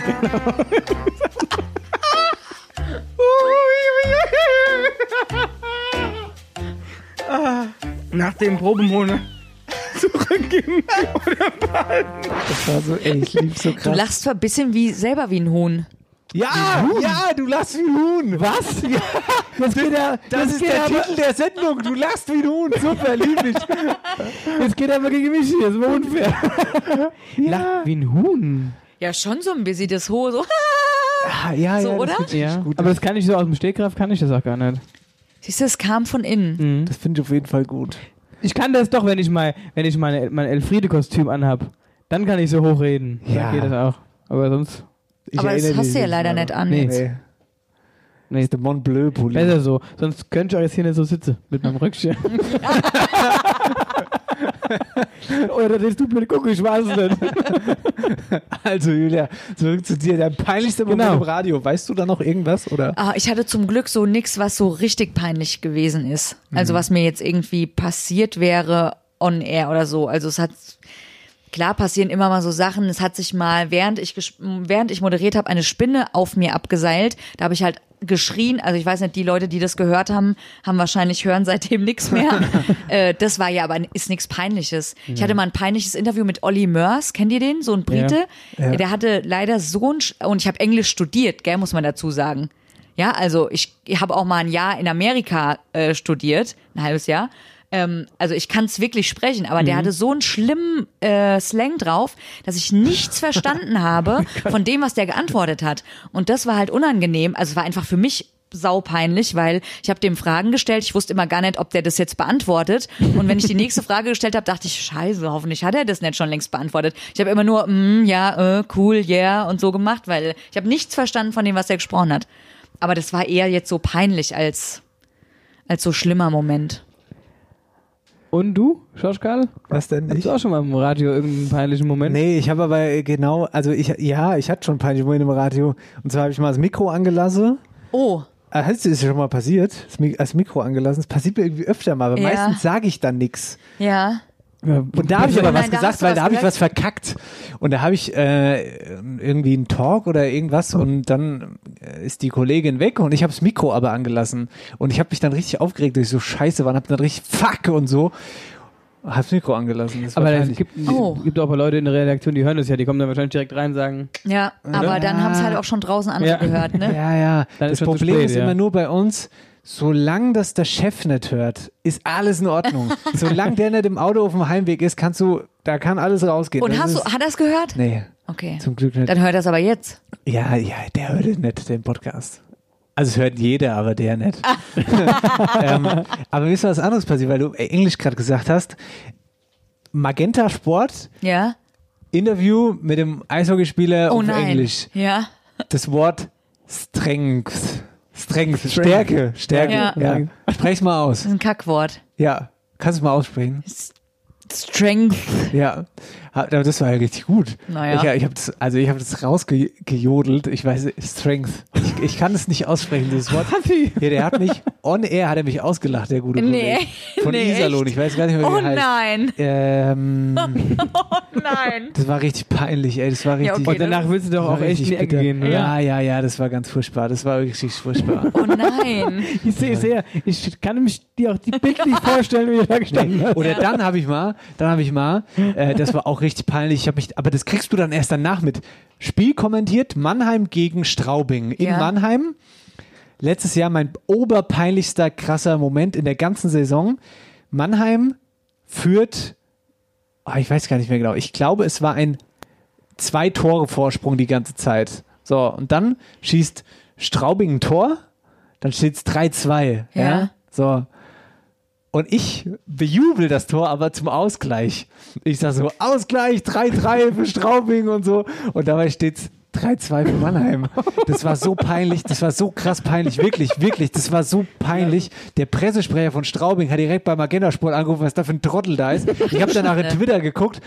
Nach dem Probemonat zurückgeben oder behalten. Das war so, ich lieb's so krass. Du lachst ein bisschen selber wie ein Huhn. Ja, du lachst wie ein Huhn. Was? Ja, das ist der Titel der Sendung. Du lachst wie ein Huhn. Super, lieb ich. Jetzt geht aber gegen mich hier. Das war unfair. Lacht wie ein Huhn. Ja, schon so ein bisschen das Hohe. So, so, oder? Ja. Gut. Aber das kann ich so aus dem Stegreif, kann ich das auch gar nicht. Siehst du, es kam von innen. Das finde ich auf jeden Fall gut. Ich kann das doch, wenn ich mein Elfriede-Kostüm anhab. Dann kann ich so hochreden. Ja. Dann geht das auch. Aber sonst... Aber das hast du ja leider nicht an. Nee. Das ist der Mont Bleu Pulli. Besser so. Sonst könnte ich auch jetzt hier nicht so sitzen. Mit meinem Röckchen. Oder das du blöd gucken, ich weiß es nicht. Also Julia, zurück zu dir. Der peinlichste Moment im Radio. Weißt du da noch irgendwas? Oder? Ich hatte zum Glück so nichts, was so richtig peinlich gewesen ist. Also was mir jetzt irgendwie passiert wäre on air oder so. Also es hat... Klar passieren immer mal so Sachen. Es hat sich mal, während ich moderiert habe, eine Spinne auf mir abgeseilt. Da habe ich halt geschrien. Also ich weiß nicht, die Leute, die das gehört haben, hören seitdem nichts mehr. Das war ja aber ist nichts Peinliches. Ich hatte mal ein peinliches Interview mit Olli Mörs. Kennt ihr den? So ein Brite. Ja. Der hatte leider und ich habe Englisch studiert, gell, muss man dazu sagen. Ja, also ich habe auch mal ein Jahr in Amerika studiert, ein halbes Jahr. Also ich kann es wirklich sprechen, aber der hatte so einen schlimmen Slang drauf, dass ich nichts verstanden habe von dem, was der geantwortet hat. Und das war halt unangenehm. Also es war einfach für mich saupeinlich, weil ich habe dem Fragen gestellt. Ich wusste immer gar nicht, ob der das jetzt beantwortet. Und wenn ich die nächste Frage gestellt habe, dachte ich, scheiße, hoffentlich hat er das nicht schon längst beantwortet. Ich habe immer nur, cool, yeah und so gemacht, weil ich habe nichts verstanden von dem, was er gesprochen hat. Aber das war eher jetzt so peinlich als so schlimmer Moment. Und du, Schorschkal? Was denn? Hast du auch schon mal im Radio irgendeinen peinlichen Moment? Nee, ich habe aber ich hatte schon peinliche Momente im Radio. Und zwar habe ich mal das Mikro angelassen. Oh. Das ist schon mal passiert, das Mikro angelassen. Das passiert mir irgendwie öfter mal, aber meistens sage ich dann nichts. Ja. Und da habe ich aber was gesagt, weil da habe ich was verkackt. Und da habe ich irgendwie einen Talk oder irgendwas und dann ist die Kollegin weg und ich habe das Mikro aber angelassen. Und ich habe mich dann richtig aufgeregt, dass ich so scheiße war und habe dann richtig fuck und so. Habe das Mikro angelassen. Aber es gibt auch Leute in der Redaktion, die hören das ja, die kommen dann wahrscheinlich direkt rein und sagen... Ja, aber dann haben es halt auch schon draußen andere gehört, ne? Ja. Das Problem ist immer nur bei uns... Solange das der Chef nicht hört, ist alles in Ordnung. Solange der nicht im Auto auf dem Heimweg ist, da kann alles rausgehen. Und hat er es gehört? Nee. Okay. Zum Glück nicht. Dann hört er es aber jetzt. Ja, der hört nicht, den Podcast. Also es hört jeder, aber der nicht. Aber mir ist was anderes passiert, weil du Englisch gerade gesagt hast. Magenta Sport. Ja. Interview mit dem Eishockeyspieler auf Englisch. Ja. Das Wort Strength. Stärke. Ja. Sprech's mal aus. Das ist ein Kackwort. Ja. Kannst du mal aussprechen? Strength. Ja. Aber das war ja richtig gut. Naja. Ich hab das rausgejodelt. Ich weiß, Strength. Ich Ich kann es nicht aussprechen, dieses Wort. Ja, der hat mich, on air hat er mich ausgelacht, der gute Kollege. Von Iserlohn, ich weiß gar nicht mehr, wie er heißt. Nein. Oh nein. Das war richtig peinlich, ey. Das war richtig. Ja, okay, und danach willst du doch auch echt in die Ecke gehen, oder? Ja, das war ganz furchtbar. Das war wirklich furchtbar. Oh nein. Ich sehe es her. Ich kann mich dir auch bildlich vorstellen, wie du da gestanden hast. Oder dann habe ich mal, das war auch richtig peinlich, aber das kriegst du dann erst danach mit. Spiel kommentiert, Mannheim gegen Straubing in Mannheim. Letztes Jahr mein oberpeinlichster, krasser Moment in der ganzen Saison. Mannheim führt, ich weiß gar nicht mehr genau, ich glaube, es war ein 2-Tore-Vorsprung die ganze Zeit. So, und dann schießt Straubing ein Tor, dann steht es 3-2. Ja. So. Und ich bejubel das Tor, aber zum Ausgleich. Ich sage so, Ausgleich, 3-3 für Straubing und so. Und dabei steht es 3-2 für Mannheim. Das war so peinlich, das war so krass peinlich, wirklich, das war so peinlich. Der Pressesprecher von Straubing hat direkt beim Magenta Sport angerufen, was da für ein Trottel da ist. Ich habe danach in Twitter geguckt.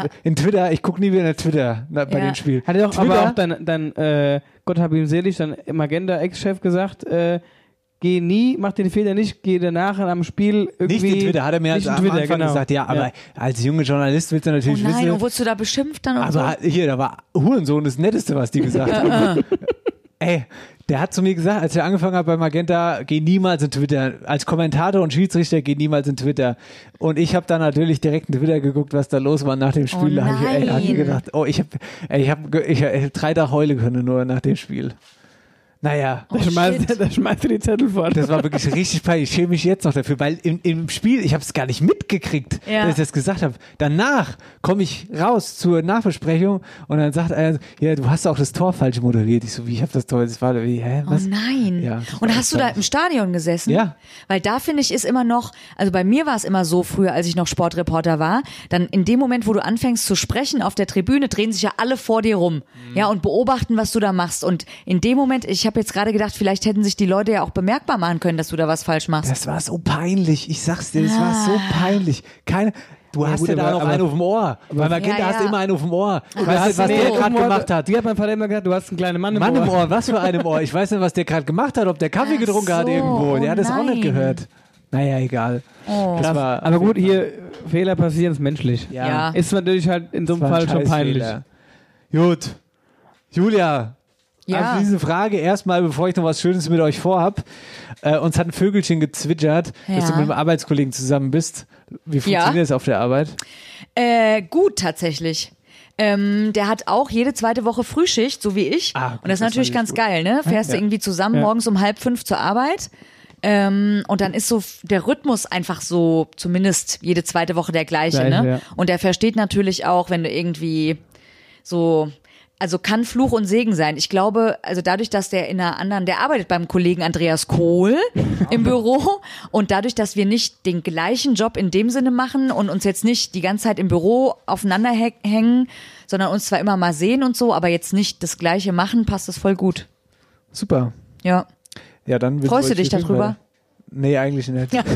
Ich gucke nie wieder in Twitter bei den Spielen. Hat er auch, aber auch dein Gott hab ihm selig, dein Magenta-Ex-Chef gesagt, geh nie, mach den Fehler nicht, geh danach am Spiel irgendwie... Nicht in Twitter, hat er mir am Anfang gesagt. Ja, aber als junger Journalist willst du natürlich wissen... Und wurdest du da beschimpft dann? Aber hier, da war Hurensohn das Netteste, was die gesagt haben. Ey, der hat zu mir gesagt, als er angefangen hat bei Magenta, geh niemals in Twitter. Als Kommentator und Schiedsrichter, geh niemals in Twitter. Und ich habe dann natürlich direkt in Twitter geguckt, was da los war nach dem Spiel. Da hab ich gedacht, ich hab 3 Tage heulen können nur nach dem Spiel. Naja, da schmeißt du die Zettel fort. Das war wirklich richtig peinlich. Ich schäme mich jetzt noch dafür, weil im Spiel, ich habe es gar nicht mitgekriegt, dass ich das gesagt habe. Danach komme ich raus zur Nachbesprechung und dann sagt einer, ja, du hast auch das Tor falsch moderiert. Ich so, wie, ich habe das Tor, das war wie, hä, was? Oh nein. Ja, und hast du da im Stadion gesessen? Ja. Weil da finde ich, ist immer noch, also bei mir war es immer so früher, als ich noch Sportreporter war, dann in dem Moment, wo du anfängst zu sprechen auf der Tribüne, drehen sich ja alle vor dir rum, ja, und beobachten, was du da machst. Und in dem Moment, ich habe jetzt gerade gedacht, vielleicht hätten sich die Leute ja auch bemerkbar machen können, dass du da was falsch machst. Das war so peinlich. Ich sag's dir, das war so peinlich. Du hast ja da noch einen auf dem Ohr. Bei Magenta hast du immer einen auf dem Ohr. Du weißt nicht, was der gerade gemacht hat. Die hat mein Vater immer gesagt, du hast einen kleinen Mann im Ohr. Mann im Ohr, was für einen im Ohr? Ich weiß nicht, was der gerade gemacht hat, ob der Kaffee getrunken hat irgendwo. Der hat das auch nicht gehört. Naja, egal. Das war, aber gut, hier, Fehler passieren, ist menschlich. Ja. Ist natürlich halt in so einem Fall schon peinlich. Gut. Julia. Ja. Also diese Frage erstmal, bevor ich noch was Schönes mit euch vorhab. Uns hat ein Vögelchen gezwitschert, dass du mit einem Arbeitskollegen zusammen bist. Wie funktioniert das auf der Arbeit? Gut, tatsächlich. Der hat auch jede zweite Woche Frühschicht, so wie ich. Und das ist natürlich ganz geil, ne? Fährst du irgendwie zusammen morgens um 4:30 zur Arbeit. Und dann ist so der Rhythmus einfach so, zumindest jede zweite Woche der gleiche, ne? Ja. Und der versteht natürlich auch, wenn du irgendwie so... Also kann Fluch und Segen sein. Ich glaube, also dadurch, dass der der arbeitet beim Kollegen Andreas Kohl im Büro und dadurch, dass wir nicht den gleichen Job in dem Sinne machen und uns jetzt nicht die ganze Zeit im Büro aufeinander hängen, sondern uns zwar immer mal sehen und so, aber jetzt nicht das Gleiche machen, passt das voll gut. Super. Ja. Ja, dann freust du dich darüber? Nee, eigentlich nicht. Ja.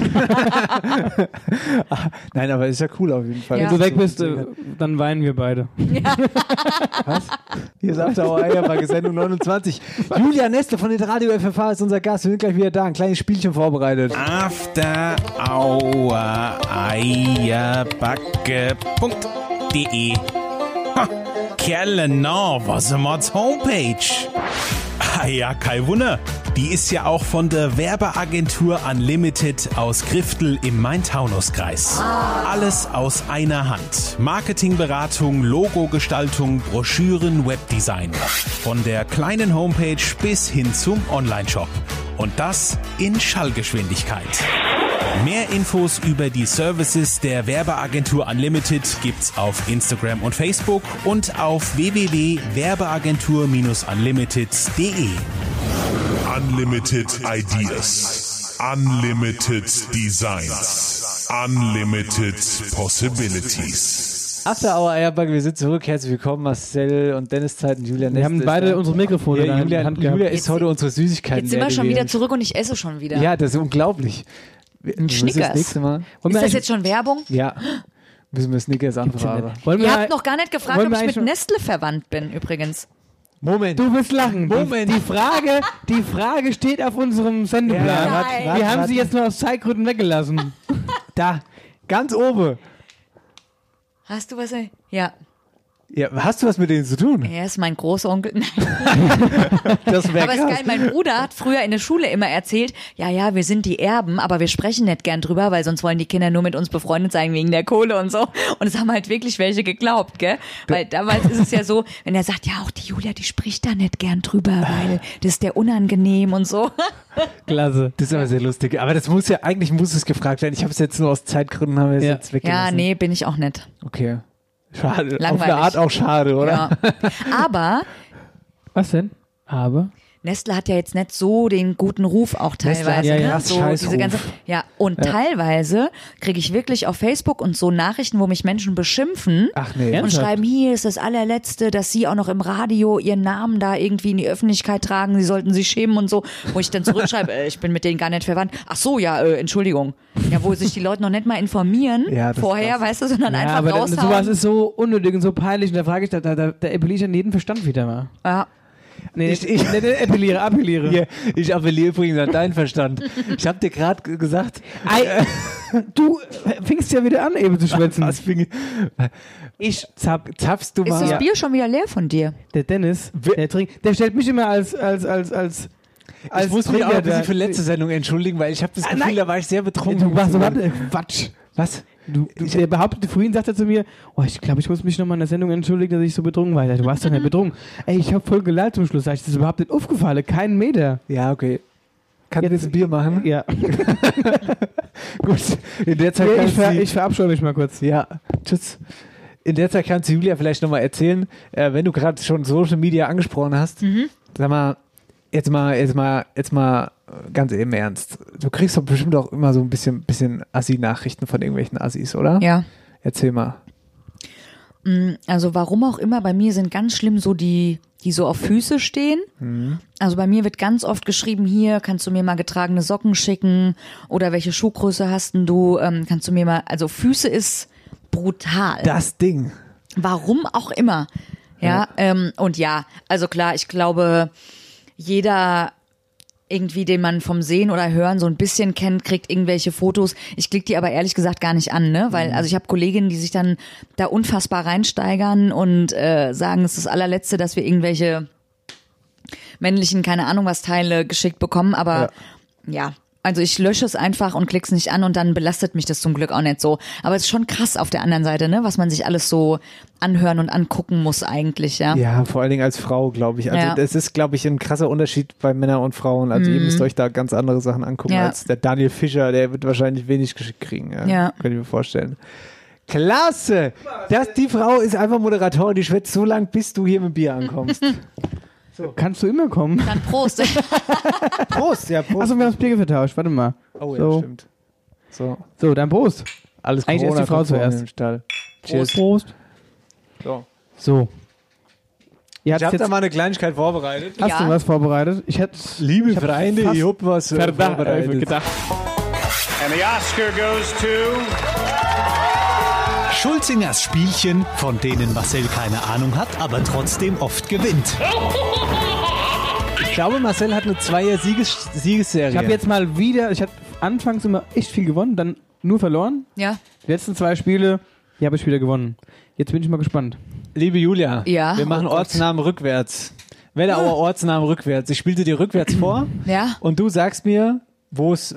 Nein, aber ist ja cool auf jeden Fall. Ja. Wenn du weg bist, dann weinen wir beide. Ja. Was? Hier ist After Hour Eierbacke, Sendung 29. Julia Nestle von den Radio FFH ist unser Gast. Wir sind gleich wieder da. Ein kleines Spielchen vorbereitet. After Hour Eierbacke.de Kerle, no, was ist Mods Homepage? Ah ja, kein Wunder. Die ist ja auch von der Werbeagentur Unlimited aus Griftel im Main-Taunus-Kreis. Alles aus einer Hand. Marketingberatung, Logogestaltung, Broschüren, Webdesign. Von der kleinen Homepage bis hin zum Onlineshop. Und das in Schallgeschwindigkeit. Mehr Infos über die Services der Werbeagentur Unlimited gibt's auf Instagram und Facebook und auf www.werbeagentur-unlimited.de. Unlimited Ideas, Unlimited Designs, Unlimited Possibilities. After Hour Eierbacke, wir sind zurück. Herzlich willkommen, Marcel und Dennis Zeit und Julia Nestle. Wir haben beide unsere Mikrofone in der Hand gehabt. Julia isst heute unsere Süßigkeiten. Jetzt sind wir schon wieder zurück und ich esse schon wieder. Ja, das ist unglaublich. Ein Snickers. Das nächste Mal. Ist das jetzt schon Werbung? Ja. Müssen wir Snickers anfragen. Ihr habt noch gar nicht gefragt, ob ich mit Nestle verwandt bin, übrigens. Moment. Du wirst lachen. Moment. Die Frage steht auf unserem Sendeplan. Ja, Wir haben sie jetzt nur aus Zeitgründen weggelassen. Da, ganz oben. Hast du was? Ja. Ja, hast du was mit denen zu tun? Er ist mein Großonkel. Nein. Das wäre Aber es ist geil, mein Bruder hat früher in der Schule immer erzählt, ja, wir sind die Erben, aber wir sprechen nicht gern drüber, weil sonst wollen die Kinder nur mit uns befreundet sein wegen der Kohle und so. Und es haben halt wirklich welche geglaubt, gell? Weil damals ist es ja so, wenn er sagt, ja, auch die Julia, die spricht da nicht gern drüber, weil das ist der unangenehm und so. Klasse. Das ist aber sehr lustig. Aber das muss ja, eigentlich muss es gefragt werden. Ich habe es jetzt nur aus Zeitgründen haben wir es jetzt weggelassen. Ja, nee, bin ich auch nicht. Okay. Schade. Langweilig. Auf eine Art auch schade, oder? Ja. Aber Was denn? Aber? Nestle hat ja jetzt nicht so den guten Ruf auch teilweise. Nestle hat ne? ja So Scheißruf. diese ganze, und teilweise kriege ich wirklich auf Facebook und so Nachrichten, wo mich Menschen beschimpfen Ach nee. und Ernsthaft? schreiben, hier ist das allerletzte, dass sie auch noch im Radio ihren Namen da irgendwie in die Öffentlichkeit tragen, sie sollten sich schämen und so, wo ich dann zurückschreibe, ich bin mit denen gar nicht verwandt. Ach so, ja, Entschuldigung. Ja, wo sich die Leute noch nicht mal informieren Ja, das ist vorher, krass. weißt du, sondern einfach aber raushauen. sowas ist so unnötig und so peinlich. Und da frage ich, da appelliere ich an jeden Verstand wieder mal. Ja. Nee, Ich- appelliere. Hier, ich appelliere übrigens an deinen Verstand. Ich habe dir gerade gesagt, Du fingst ja wieder an, eben zu schwätzen. was fing zapfst du Ist mal. das Bier schon wieder leer von dir? Der Dennis, der stellt mich immer als Ich muss mich auch Trinker ein bisschen da- für letzte Sendung entschuldigen, weil ich habe das Gefühl, nein. da war ich sehr betrunken. Du machst Quatsch. Was? Der behauptete vorhin, sagt er zu mir, oh, ich glaube, ich muss mich nochmal in der Sendung entschuldigen, dass ich so betrunken war. Ich sag, du warst doch nicht betrunken. Ey, ich habe voll gelallt zum Schluss. Sag ich, das ist überhaupt nicht aufgefallen. Kein Meter. Ja, okay. Kann jetzt ein Bier machen? Ja. Gut. In der Zeit Ich verabscheue mich mal kurz. Ja, tschüss. In der Zeit kannst du Julia vielleicht nochmal erzählen, wenn du gerade schon Social Media angesprochen hast, sag mal, jetzt mal ganz im Ernst. Du kriegst doch bestimmt auch immer so ein bisschen Assi-Nachrichten von irgendwelchen Assis, oder? Ja. Erzähl mal. Also warum auch immer, bei mir sind ganz schlimm so die so auf Füße stehen. Also bei mir wird ganz oft geschrieben, hier, kannst du mir mal getragene Socken schicken oder welche Schuhgröße hast denn du, kannst du mir mal, also Füße ist brutal. Das Ding. Warum auch immer. Ja, und ja, also klar, ich glaube, jeder irgendwie, den man vom Sehen oder Hören so ein bisschen kennt, kriegt irgendwelche Fotos. Ich klicke die aber ehrlich gesagt gar nicht an, ne? Weil, also ich habe Kolleginnen, die sich dann da unfassbar reinsteigern und sagen, es ist das allerletzte, dass wir irgendwelche männlichen, keine Ahnung was, Teile geschickt bekommen, aber ja. Also ich lösche es einfach und klick's nicht an und dann belastet mich das zum Glück auch nicht so. Aber es ist schon krass auf der anderen Seite, ne, was man sich alles so anhören und angucken muss eigentlich, ja. Ja, vor allen Dingen als Frau, glaube ich. Also es ist, glaube ich, ein krasser Unterschied bei Männern und Frauen. Also ihr müsst euch da ganz andere Sachen angucken als der Daniel Fischer, der wird wahrscheinlich wenig geschickt kriegen. Ja. Könnt ihr mir vorstellen. Klasse! Die Frau ist einfach Moderatorin, die schwätzt so lang, bis du hier mit Bier ankommst. So. Kannst du immer kommen? Dann Prost. Prost, ja, Prost. Achso, wir haben das Bier vertauscht. Warte mal. Oh ja, so. stimmt. So, dann Prost. Alles eigentlich erst die Frau zuerst. Im Stall. Prost. Prost. So. Ich habe da mal eine Kleinigkeit vorbereitet. Hast du was vorbereitet? Liebe Freunde, ich hab was vorbereitet. Gedacht. And the Oscar goes to Schulzingers Spielchen, von denen Marcel keine Ahnung hat, aber trotzdem oft gewinnt. Ich glaube, Marcel hat eine 2er-Siegesserie. Ich habe jetzt mal wieder, ich hatte anfangs immer echt viel gewonnen, dann nur verloren. Ja. Die letzten 2 Spiele, die habe ich wieder gewonnen. Jetzt bin ich mal gespannt. Liebe Julia, ja, wir machen Ortsnamen rückwärts. Wetterauer Ortsnamen rückwärts. Ich spielte dir rückwärts vor und du sagst mir, was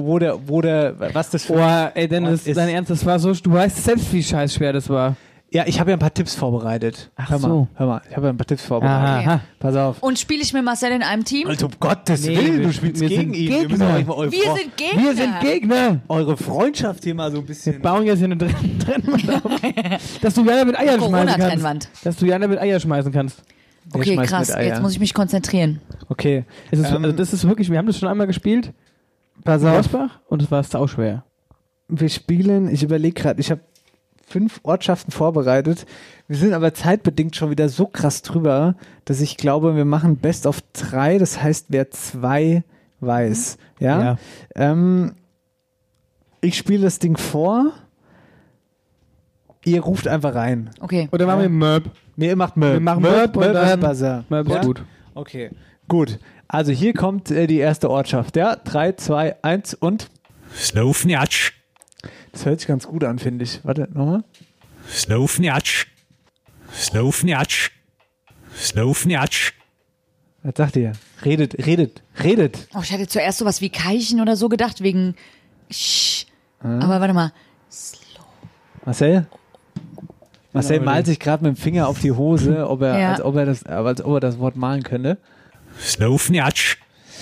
das für ey Dennis, dein Ernst, das war so, du weißt selbst, wie scheiß schwer das war. Ja, ich habe ja ein paar Tipps vorbereitet. Ach hör so. mal, ich habe ja ein paar Tipps vorbereitet. Aha. Pass auf. Und spiele ich mit Marcel in einem Team? Also um Gottes Willen, du spielst gegen ihn. Wir sind Gegner. Wir sind Gegner. Eure Freundschaft hier mal so ein bisschen. Wir bauen jetzt hier eine Trennwand auf. Dass du Jana mit Eier schmeißen kannst. Dass du Jana mit Eier schmeißen kannst. Okay, krass. Jetzt muss ich mich konzentrieren. Okay. Also das ist wirklich, wir haben das schon einmal gespielt. Pass auf. Rosbach, und es war sauschwer. Wir spielen, ich überlege gerade, ich habe 5 Ortschaften vorbereitet. Wir sind aber zeitbedingt schon wieder so krass drüber, dass ich glaube, wir machen Best of 3. Das heißt, wer 2 weiß. Ja. Ich spiele das Ding vor Ihr ruft einfach rein. Okay. Oder machen wir Möb? Ihr macht Möb. Wir machen Möb und dann Buzzer. Möb ist gut. Okay, gut. Also hier kommt die erste Ortschaft. Ja, 3, 2, 1 und... Slowfniatsch. Das hört sich ganz gut an, finde ich. Warte, nochmal. Slowfniatsch. Slowfniatsch. Slowfniatsch. Was sagt ihr? Redet. Oh, ich hatte zuerst sowas wie Keichen oder so gedacht, wegen Aber warte mal. Marcel malt sich gerade mit dem Finger auf die Hose, als ob er das Wort malen könnte. Slowfniatsch.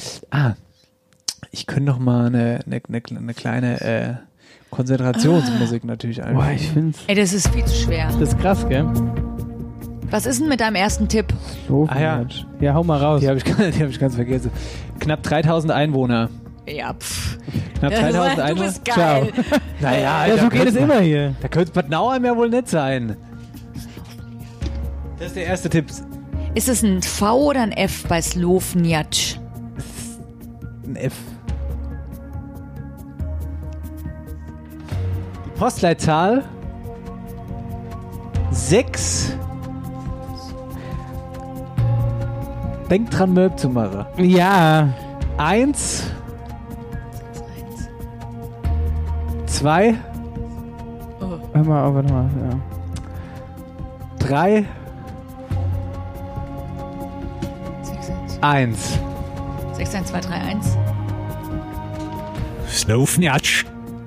Ich könnte noch mal eine kleine Konzentrationsmusik natürlich einbauen. Boah, ich find's. Ey, das ist viel zu schwer. Das ist krass, gell? Was ist denn mit deinem ersten Tipp? Ja, hau mal raus. Die hab ich ganz vergessen. Knapp 3000 Einwohner. Ja, Knapp 3000 Einwohner. Du bist geil. Ciao. Naja, ja, so geht es immer hier. Da könnte Bad Nauheim ja wohl nett sein. Das ist der erste Tipp. Ist es ein V oder ein F bei Slowfniatsch? Ein F. Die Postleitzahl 6. Denkt dran, Möb zu machen. Ja. 1. 2. Warte mal, ja. 3. 1. 6, 1, 2, 3, 1. Slowfniatsch.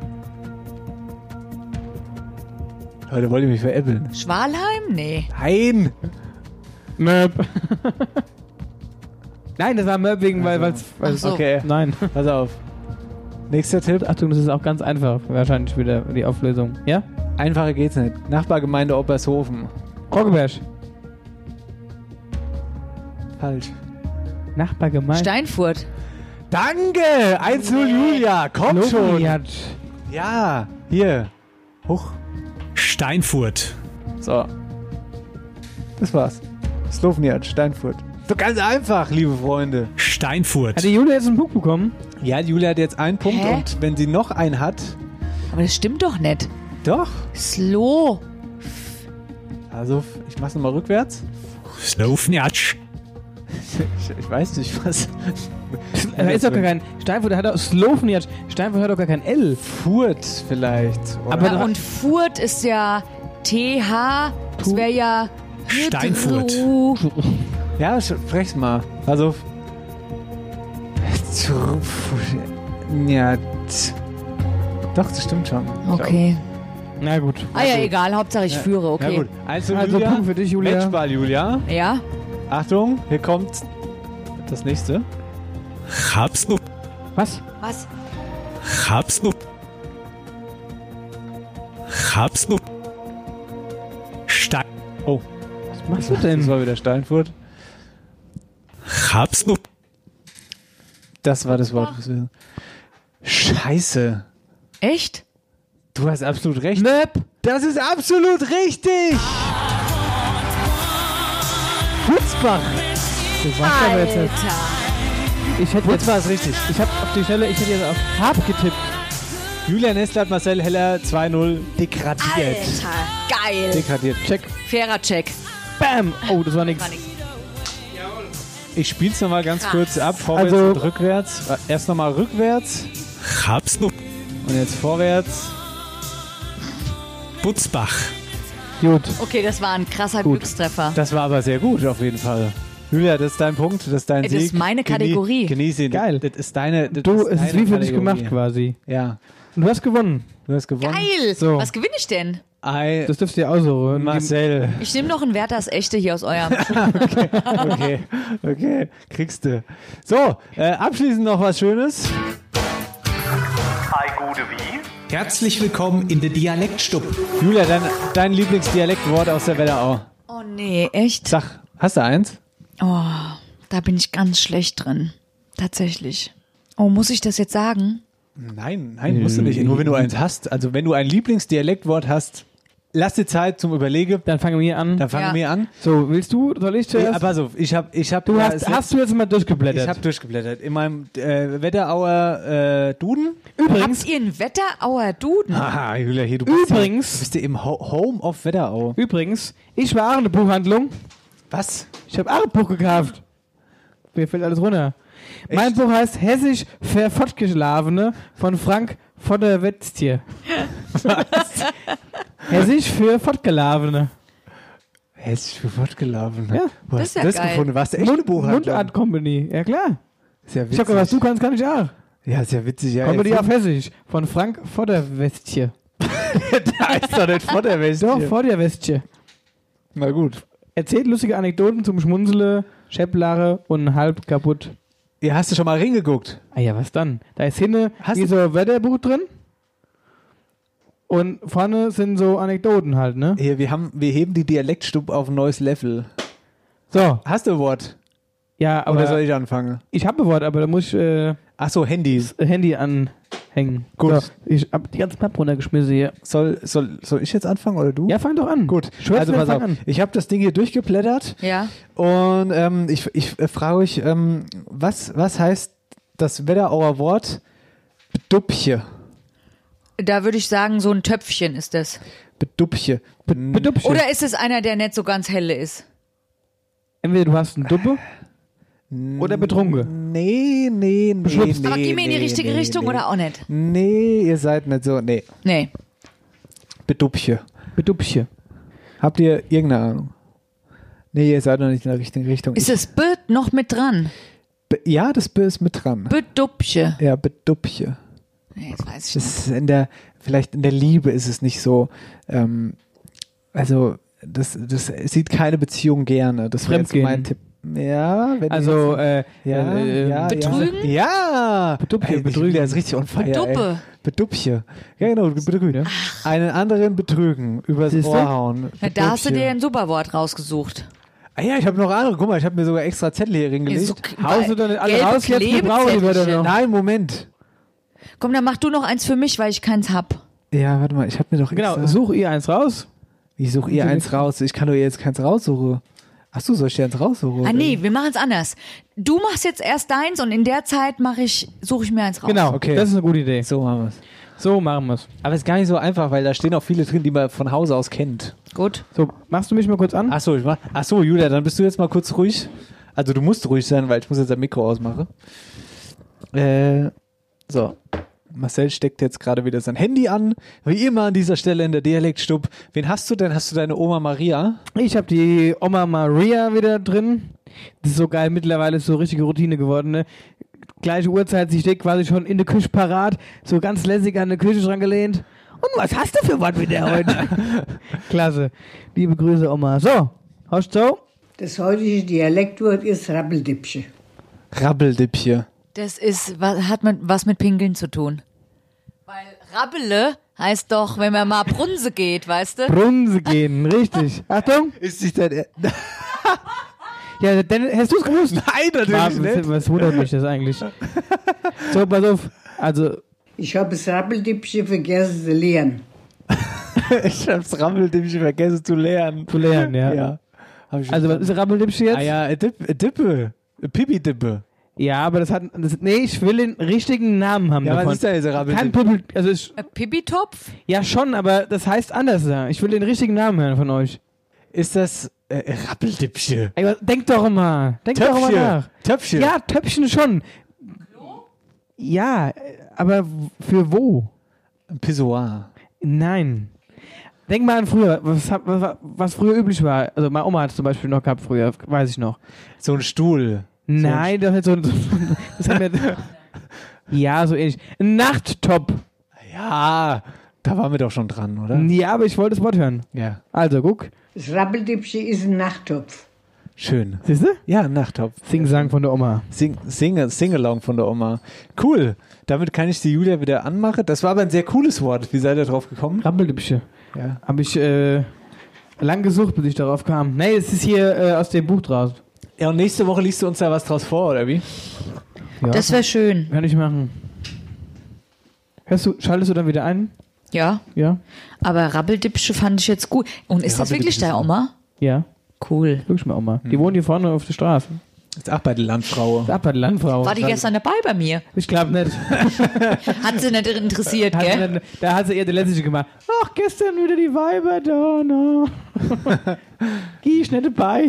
Leute, wollt ihr mich veräppeln? Schwalheim? Nee. Nein! Möb. Nein, das war Möb wegen, weil so. Okay. Nein. Pass auf. Nächster Tipp. Achtung, das ist auch ganz einfach. Wahrscheinlich wieder die Auflösung. Ja? Einfacher geht's nicht. Nachbargemeinde Oppershofen. Roggeberg. Falsch. Nachbargemeinde. Steinfurt. Danke! 1-0 Julia. Komm schon. Ja. Hier. Hoch. Steinfurt. So. Das war's. Slowfniatsch, Steinfurt. So ganz einfach, liebe Freunde. Steinfurt. Hat die Julia jetzt einen Punkt bekommen? Ja, Julia hat jetzt einen Punkt und wenn sie noch einen hat... Aber das stimmt doch nicht. Doch. Slow. Also, ich mach's nochmal rückwärts. Slowfniatsch. Ich weiß nicht, was... Da ist doch gar kein... Steinfurt hat doch... Slowfniatsch. Steinfurt hat doch gar kein L. Furt vielleicht. Aber ja, und Furt ist ja TH. Das wäre ja... Steinfurt. Ja, sprech's mal. Also... Ja... Doch, das stimmt schon. Okay. Na gut. Ja, egal. Hauptsache ich führe, okay. Na gut. Also Julia, Punkt für dich, Julia. Matchball, Julia. Ja? Achtung, hier kommt das nächste. Habsnup. Was? Was? Habsnup. Habsnup. Stein. Oh. Was machst du denn? Das war wieder Steinfurt. Habsnup. Das war das Wort. Scheiße. Echt? Du hast absolut recht. Möb. Das ist absolut richtig. Butzbach. Du warst aber jetzt nicht. Ich hätte jetzt war es richtig. Ich habe auf die Stelle, ich hätte jetzt auf Hab getippt. Julia Nestler, Marcel Heller 2-0 degradiert. Alter, geil. Degradiert. Check. Fairer Check. Bam. Oh, das war nix. Ich spiel's nochmal ganz kurz ab. Vorwärts und rückwärts. Erst nochmal rückwärts. Habsnup. Und jetzt vorwärts. Butzbach. Gut. Okay, das war ein krasser Glückstreffer. Das war aber sehr gut auf jeden Fall. Julia, das ist dein Punkt, das ist dein Sieg. Das ist meine Kategorie. Genieß ihn. Geil. Das ist deine. Es ist wie für dich gemacht quasi. Ja. Und du hast gewonnen. Geil. So. Was gewinne ich denn? Das dürft ihr aussuchen. Marcel. Ich nehme noch ein Werthers Echte hier aus eurem. Okay. Kriegst du. So, abschließend noch was Schönes. Hi, gute wie? Herzlich willkommen in der Dialektstub. Julia, dein Lieblingsdialektwort aus der Wetterau. Oh nee, echt? Sag, hast du eins? Oh, da bin ich ganz schlecht drin. Tatsächlich. Oh, muss ich das jetzt sagen? Nein, musst du nicht. Nur wenn du eins hast. Also wenn du ein Lieblingsdialektwort hast, lass dir Zeit zum Überlegen. Dann fangen wir an. So, willst du? Soll ich zuerst? Pass auf, ich hab. Hast du jetzt mal durchgeblättert? Ich habe durchgeblättert. In meinem Wetterauer Duden. Übrigens. Habt ihr einen Wetterauer Duden? Aha, Julia, hier, du bist ja im Home of Wetterau. Übrigens, ich war auch in der Buchhandlung. Was? Ich habe auch ein Buch gekauft. Mir fällt alles runter. Echt? Mein Buch heißt Hessisch für Fortgeschlafene von Frank von der Wettier. Was? Hessisch für Fortgelafene. Hessisch für Fortgelafene? Ja. Wo hast du das gefunden? Warst du echt eine Buchhandlung? Mundart Company, ja klar. Ist ja witzig. Ich hab gesagt, was du kannst, kann ich auch. Ja, ist ja witzig. Ja, Comedy auf Hessisch von Frank von der Wettier. Da ist doch nicht vor der Wettier. Doch, vor der Wettier. Na gut. Erzählt lustige Anekdoten zum Schmunzele, Schepplare und halb kaputt. Ja, hast du schon mal reingeguckt? Ah ja, was dann? Da ist hinten wie so ein Wetterbuch drin. Und vorne sind so Anekdoten halt, ne? Hier, wir heben die Dialektstub auf ein neues Level. So. Hast du ein Wort? Ja, aber... Oder soll ich anfangen? Ich habe ein Wort, aber da muss ich... Ach so, Handy anhängen. Gut. So, ich hab die ganzen Knapp runtergeschmissen hier. Soll ich jetzt anfangen oder du? Ja, fang doch an. Gut. Also pass auf. Ich habe das Ding hier durchgeblättert. Ja. Und ich frage euch, was heißt das Wetterauer Wort Bedupche? Da würde ich sagen, so ein Töpfchen ist das. Bedupche. Oder ist es einer, der nicht so ganz helle ist? Entweder du hast einen Duppe oder betrunken. Nee. Aber geh mir in die richtige Richtung oder auch nicht? Nee, ihr seid nicht so, nee. Bedupche. Habt ihr irgendeine Ahnung? Nee, ihr seid noch nicht in der richtigen Richtung. Ist das B noch mit dran? Ja, das B ist mit dran. Bedupche. Ja, Bedupche. Nee, jetzt weiß ich das nicht. Ist vielleicht in der Liebe ist es nicht so, also das sieht keine Beziehung gerne. Das wäre jetzt mein Tipp. Ja, wenn also, Betrügen? Ja! Betrügen. Der ist richtig on fire. Beduppe. Bedupche. Ja, genau, betrügen. Einen anderen betrügen, übers Ohr hauen. Ja, da hast du dir ein super Wort rausgesucht. Ah ja, ich habe noch andere. Guck mal, ich habe mir sogar extra Zettel hier hingelegt. So, haust du doch nicht alle raus, jetzt wir brauchen die Wörter noch. Nein, Moment. Komm, dann mach du noch eins für mich, weil ich keins hab. Ja, warte mal, ich habe mir doch extra... Genau, such ihr eins raus. Wie such ihr eins raus? Ich kann doch jetzt keins raussuchen. Achso, soll ich dir eins raussuchen? Ah nee, wir machen es anders. Du machst jetzt erst deins und in der Zeit suche ich mir eins raus. Genau, okay. Das ist eine gute Idee. So machen wir es. Aber es ist gar nicht so einfach, weil da stehen auch viele drin, die man von Hause aus kennt. Gut. So, machst du mich mal kurz an? Achso, Julia, dann bist du jetzt mal kurz ruhig. Also du musst ruhig sein, weil ich muss jetzt das Mikro ausmachen. So. Marcel steckt jetzt gerade wieder sein Handy an. Wie immer an dieser Stelle in der Dialektstub. Wen hast du denn? Hast du deine Oma Maria? Ich habe die Oma Maria wieder drin. Das ist so geil. Mittlerweile ist so richtige Routine geworden. Ne? Gleiche Uhrzeit, sie steht quasi schon in der Küche parat. So ganz lässig an der Küche dran gelehnt. Und was hast du für was mit der heute? Klasse. Liebe Grüße, Oma. So, hast du so? Das heutige Dialektwort ist Rabbeldippche. Rabbeldippche. Das hat was mit Pinkeln zu tun. Weil Rabbele heißt doch, wenn man mal Brunse geht, weißt du? Brunse gehen, richtig. Achtung. Ist sich dein... Ja, dann hast du es gewusst? Nein, natürlich nicht. Was wundert mich das eigentlich? So, pass auf. Also... Ich habe das Rabbeldippche vergessen zu lernen. Ich habe das Rabbeldippche vergessen zu lernen. Zu lernen, ja. Also, was ist Rabbeldippche jetzt? Ah ja, Dippe. Pipi-Dippe. Ja, aber ich will den richtigen Namen haben davon. Was ist da jetzt Kein Pipi, Pipi-Topf? Ja, schon, aber das heißt anders. Ich will den richtigen Namen hören von euch. Ist das Rabbeldippche? Ey, denk doch mal nach. Töpfchen. Ja, Töpfchen schon. Ja, aber für wo? Ein Pissoir. Nein. Denk mal an früher, was früher üblich war. Also meine Oma hat es zum Beispiel noch gehabt früher, weiß ich noch. So ein Stuhl. Nein, doch nicht so ein... Das haben wir, ja, so ähnlich. Ein Nachttop. Ja, da waren wir doch schon dran, oder? Ja, aber ich wollte das Wort hören. Ja. Also, guck. Das Rabbeldippche ist ein Nachttopf. Schön. Siehst du? Ja, ein Nachttopf. Sing-Sang von der Oma. Sing-along von der Oma. Cool. Damit kann ich die Julia wieder anmachen. Das war aber ein sehr cooles Wort. Wie seid ihr drauf gekommen? Rabbeldippche. Ja. Habe ich lang gesucht, bis ich darauf kam. Nee, es ist hier aus dem Buch draus. Ja, und nächste Woche liest du uns da was draus vor, oder wie? Ja. Das wäre schön. Kann ich machen. Schaltest du dann wieder ein? Ja. Ja. Aber Rabbeldipsche fand ich jetzt gut. Und ist das wirklich deine Oma? Ja. Cool. Wirklich meine Oma. Die wohnt hier vorne auf der Straße. Ist auch bei der Landfrau. War die gestern dabei bei mir? Ich glaube nicht. Hat sie nicht interessiert, gell? Da hat sie eher die letzte gemacht. Ach, gestern wieder die Weiber da, no. Geh ich nicht dabei.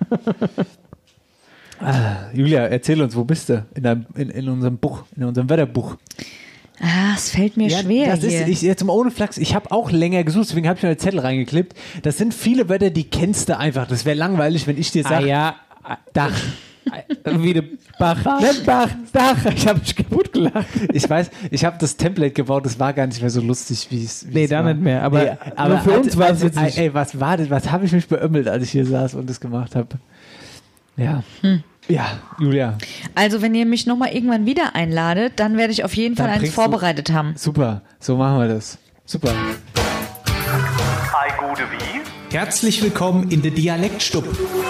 Julia, erzähl uns, wo bist du? In unserem Buch, in unserem Wetterbuch. Es fällt mir schwer hier. Jetzt mal ohne Flachs, ich habe auch länger gesucht, deswegen habe ich mir einen Zettel reingeklippt. Das sind viele Wörter, die kennst du einfach. Das wäre langweilig, wenn ich dir sage, Dach. Wie der Bach. Nicht Bach, Dach. Ich habe mich kaputt gelacht. Ich weiß, ich habe das Template gebaut, das war gar nicht mehr so lustig, wie es war. Nee, da nicht mehr. Aber für uns war es witzig. Ey, was war das? Was habe ich mich beömmelt, als ich hier saß und das gemacht habe? Ja. Ja, Julia. Also, wenn ihr mich nochmal irgendwann wieder einladet, dann werde ich auf jeden Fall eins vorbereitet haben. Super, so machen wir das. Super. Hi, gute wie? Herzlich willkommen in der Dialektstub.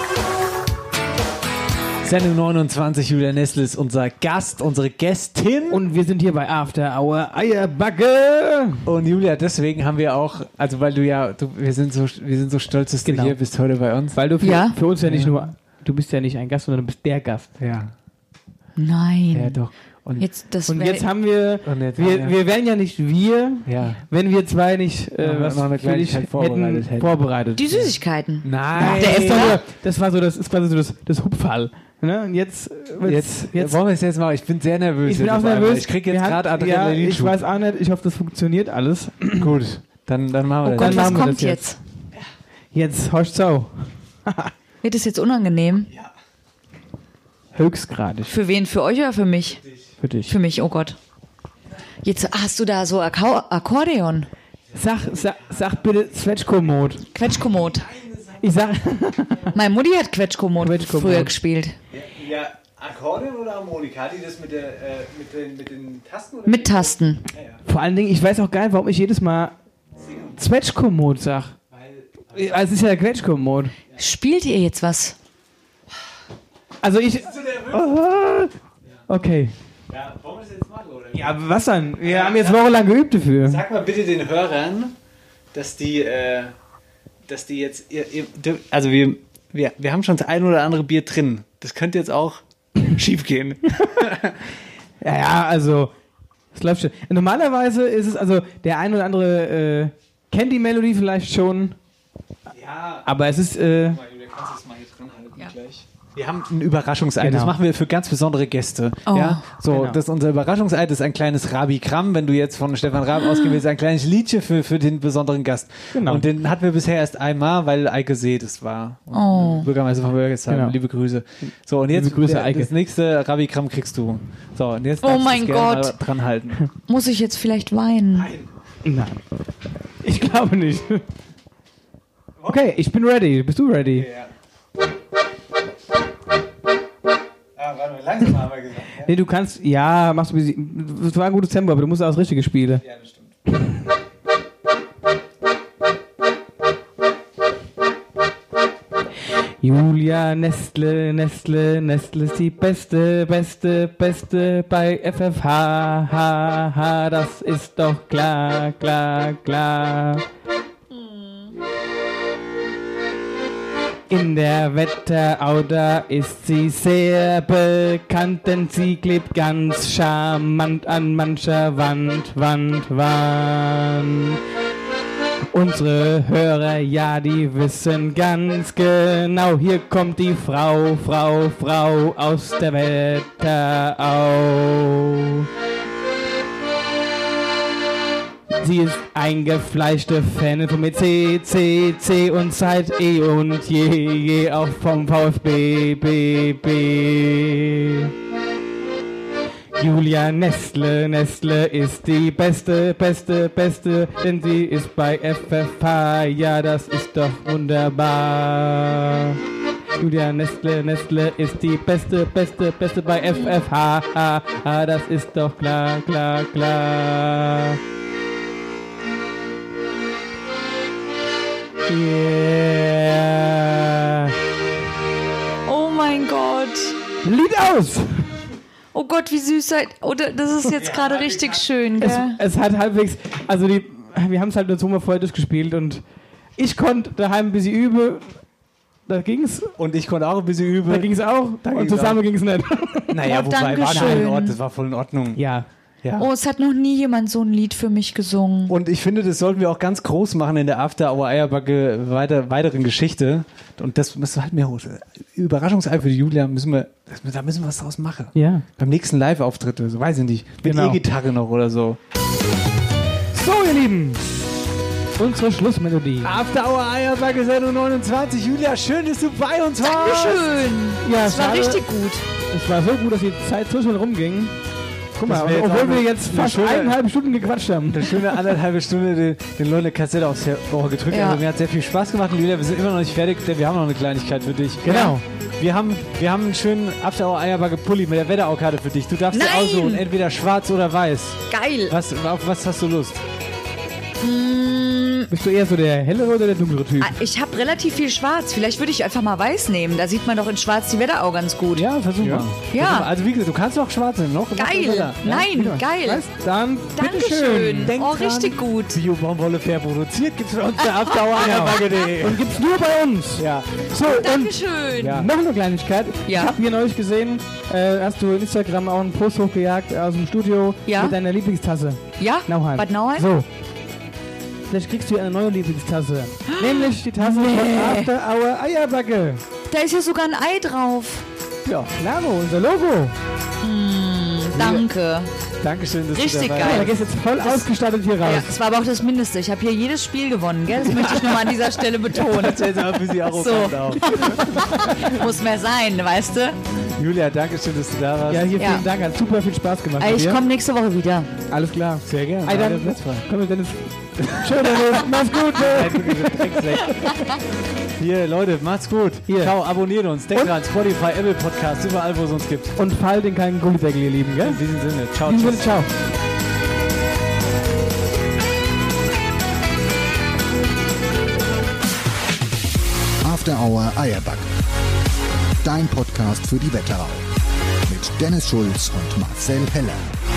Sendung 29, Julia Nestle ist unser Gast, unsere Gästin. Und wir sind hier bei After Hour Eierbacke. Und Julia, deswegen haben wir auch, also weil wir sind so stolz, dass du hier bist heute bei uns. Weil du für uns ja nicht nur, du bist ja nicht ein Gast, sondern du bist der Gast. Ja. Nein. Ja, doch. Und jetzt haben wir, wir wären ja nicht wir, wenn wir zwei nicht was noch eine Kleinigkeit vorbereitet. Die Süßigkeiten. Nein. Das ist quasi so das Hupfall. Ne? Und jetzt wollen wir es jetzt mal. Ich bin sehr nervös. Ich bin auch nervös. Ich kriege jetzt gerade Adrenalin. Ich weiß auch nicht. Ich hoffe, das funktioniert alles. Gut, dann machen wir das. Oh Gott, was kommt jetzt? Jetzt horcht so. Wird es jetzt unangenehm? Ja. Höchstgradig. Für wen? Für euch oder für mich? Für dich. Für mich, oh Gott. Jetzt hast du da so Akkordeon. Sag bitte Quetschkommod. Quetschkommod. Ich sag. Meine Mutti hat Quetschkommod früher gespielt. Ja, Akkordeon oder Harmonika? Hat die das mit den Tasten? Oder mit Tasten. Vor allen Dingen, ich weiß auch gar nicht, warum ich jedes Mal Quetschkommod sag. Also es ist ja der Quetschkommod. Spielt ihr jetzt was? Also okay. Ja, wollen wir das jetzt machen, oder? Ja, was dann? Wir haben jetzt wochenlang geübt dafür. Sag mal bitte den Hörern, dass die jetzt, also wir haben schon das ein oder andere Bier drin. Das könnte jetzt auch schief gehen. Ja, also, es läuft schon. Normalerweise ist es, also, der ein oder andere kennt die Melodie vielleicht schon. Ja. Aber es ist, Guck mal, Julia, kannst du das mal hier drin halten gleich? Wir haben ein Überraschungsei, das machen wir für ganz besondere Gäste. Oh. Ja? So, das unser Überraschungsei, das ist ein kleines Rabi-Gramm, wenn du jetzt von Stefan Raab ausgewählt, ein kleines Liedchen für den besonderen Gast. Genau. Und den hatten wir bisher erst einmal, weil Eike See das war. Bürgermeister von Bürgersheim, liebe Grüße. So, und jetzt Grüße, Eike. Das nächste Rabi-Gramm kriegst du. So, und jetzt oh mein Gott. Dran halten. Muss ich jetzt vielleicht weinen? Nein. Ich glaube nicht. Okay, ich bin ready. Bist du ready? Ja. Warte mal, langsam haben wir gesagt. Ja? Nee, du kannst, machst du, das war ein gutes Tempo, aber du musst auch das Richtige spielen. Ja, das stimmt. Julia Nestle ist die beste bei FFH, das ist doch klar. In der Wetterau, da ist sie sehr bekannt, denn sie klebt ganz charmant an mancher Wand. Unsere Hörer, ja, die wissen ganz genau, hier kommt die Frau aus der Wetterau. Sie ist eingefleischte Fan von mir, C und seit und je auch vom VfB. Julia Nestle ist die beste, denn sie ist bei FFH, ja, das ist doch wunderbar. Julia Nestle ist die beste bei FFH, das ist doch klar. Yeah. Oh mein Gott. Lied aus! Oh Gott, wie süß seid. Oder das ist jetzt gerade richtig schön, gell? Es hat halbwegs, also wir haben es halt nur so mal vorher durchgespielt und ich konnte daheim ein bisschen üben. Da ging's. Und ich konnte auch ein bisschen üben. Da ging's auch. Und zusammen ging's nicht. Naja, wobei war ein Ort, das war voll in Ordnung. Ja. Oh, es hat noch nie jemand so ein Lied für mich gesungen. Und ich finde, das sollten wir auch ganz groß machen in der After Hour Eierbacke weiteren Geschichte. Und das müssen wir halt mehr Überraschungsei für die Julia da müssen wir was draus machen. Ja. Beim nächsten Live-Auftritt, so weiß ich nicht. Mit E-Gitarre noch oder so. So, ihr Lieben. Unsere Schlussmelodie. After Hour Eierbacke Sendung 29. Julia, schön, dass du bei uns warst. Dankeschön. Ja, das war richtig gut. Es war so gut, dass die Zeit so schnell rumging. Guck mal, obwohl wir jetzt fast 1,5 Stunden gequatscht haben. Eine schöne 1,5 Stunde den Leuten eine Kassette aufs Ohr gedrückt. Ja. Also mir hat sehr viel Spaß gemacht. Julia, wir sind immer noch nicht fertig, denn wir haben noch eine Kleinigkeit für dich. Genau. Wir haben einen schönen After Hour Eierbacke Pulli mit der Wetteraukarte für dich. Du darfst dir aussuchen, entweder schwarz oder weiß. Geil. Auf was hast du Lust? Bist du eher so der hellere oder der dunklere Typ? Ich habe relativ viel schwarz. Vielleicht würde ich einfach mal weiß nehmen. Da sieht man doch in schwarz die Wetterau ganz gut. Ja, versuch mal. Ja. Also wie gesagt, du kannst auch schwarz nehmen. Geil. Nein, geil. Weißt, dann Dankeschön. Denk Oh, dran, richtig gut. Bio-Baumwolle fair produziert. Gibt's bei uns bei After Hour Eierbacke.de. Und gibt's nur bei uns. Ja. So, Dankeschön. und noch eine Kleinigkeit. Ja. Ich habe hier neulich gesehen, hast du in Instagram auch einen Post hochgejagt aus dem Studio mit deiner Lieblingstasse. Ja? Nauheim. Bad Nauheim? So. Vielleicht kriegst du eine neue Lieblingstasse. Nämlich die Tasse von After Hour Eierbacke. Da ist ja sogar ein Ei drauf. Ja, klaro, unser Logo. Danke. Dankeschön, dass Richtig du dabei geil. Da gehst jetzt voll ausgestattet hier raus. Ja, das war aber auch das Mindeste. Ich habe hier jedes Spiel gewonnen, gell? Das möchte ich nochmal an dieser Stelle betonen. Das ist jetzt aber für sie arrogant auch. Muss mehr sein, weißt du? Julia, danke schön, dass du da warst. Ja, hier vielen Dank. Hat super viel Spaß gemacht. Ich komme nächste Woche wieder. Alles klar. Sehr gerne. Ey, dann, komm, Dennis. Schön, Dennis. Mach's gut. Hier, Leute, macht's gut. Hier. Ciao, abonniert uns. Denkt dran, Spotify, Apple Podcast, überall, wo es uns gibt. Und fallt in keinen Gullideckel, ihr Lieben, gell? In diesem Sinne. Ciao, In diesem tschüss. Sinne, ciao. After Hour Eierbacke. Dein Podcast für die Wetterau. Mit Dennis Schulz und Marcel Heller.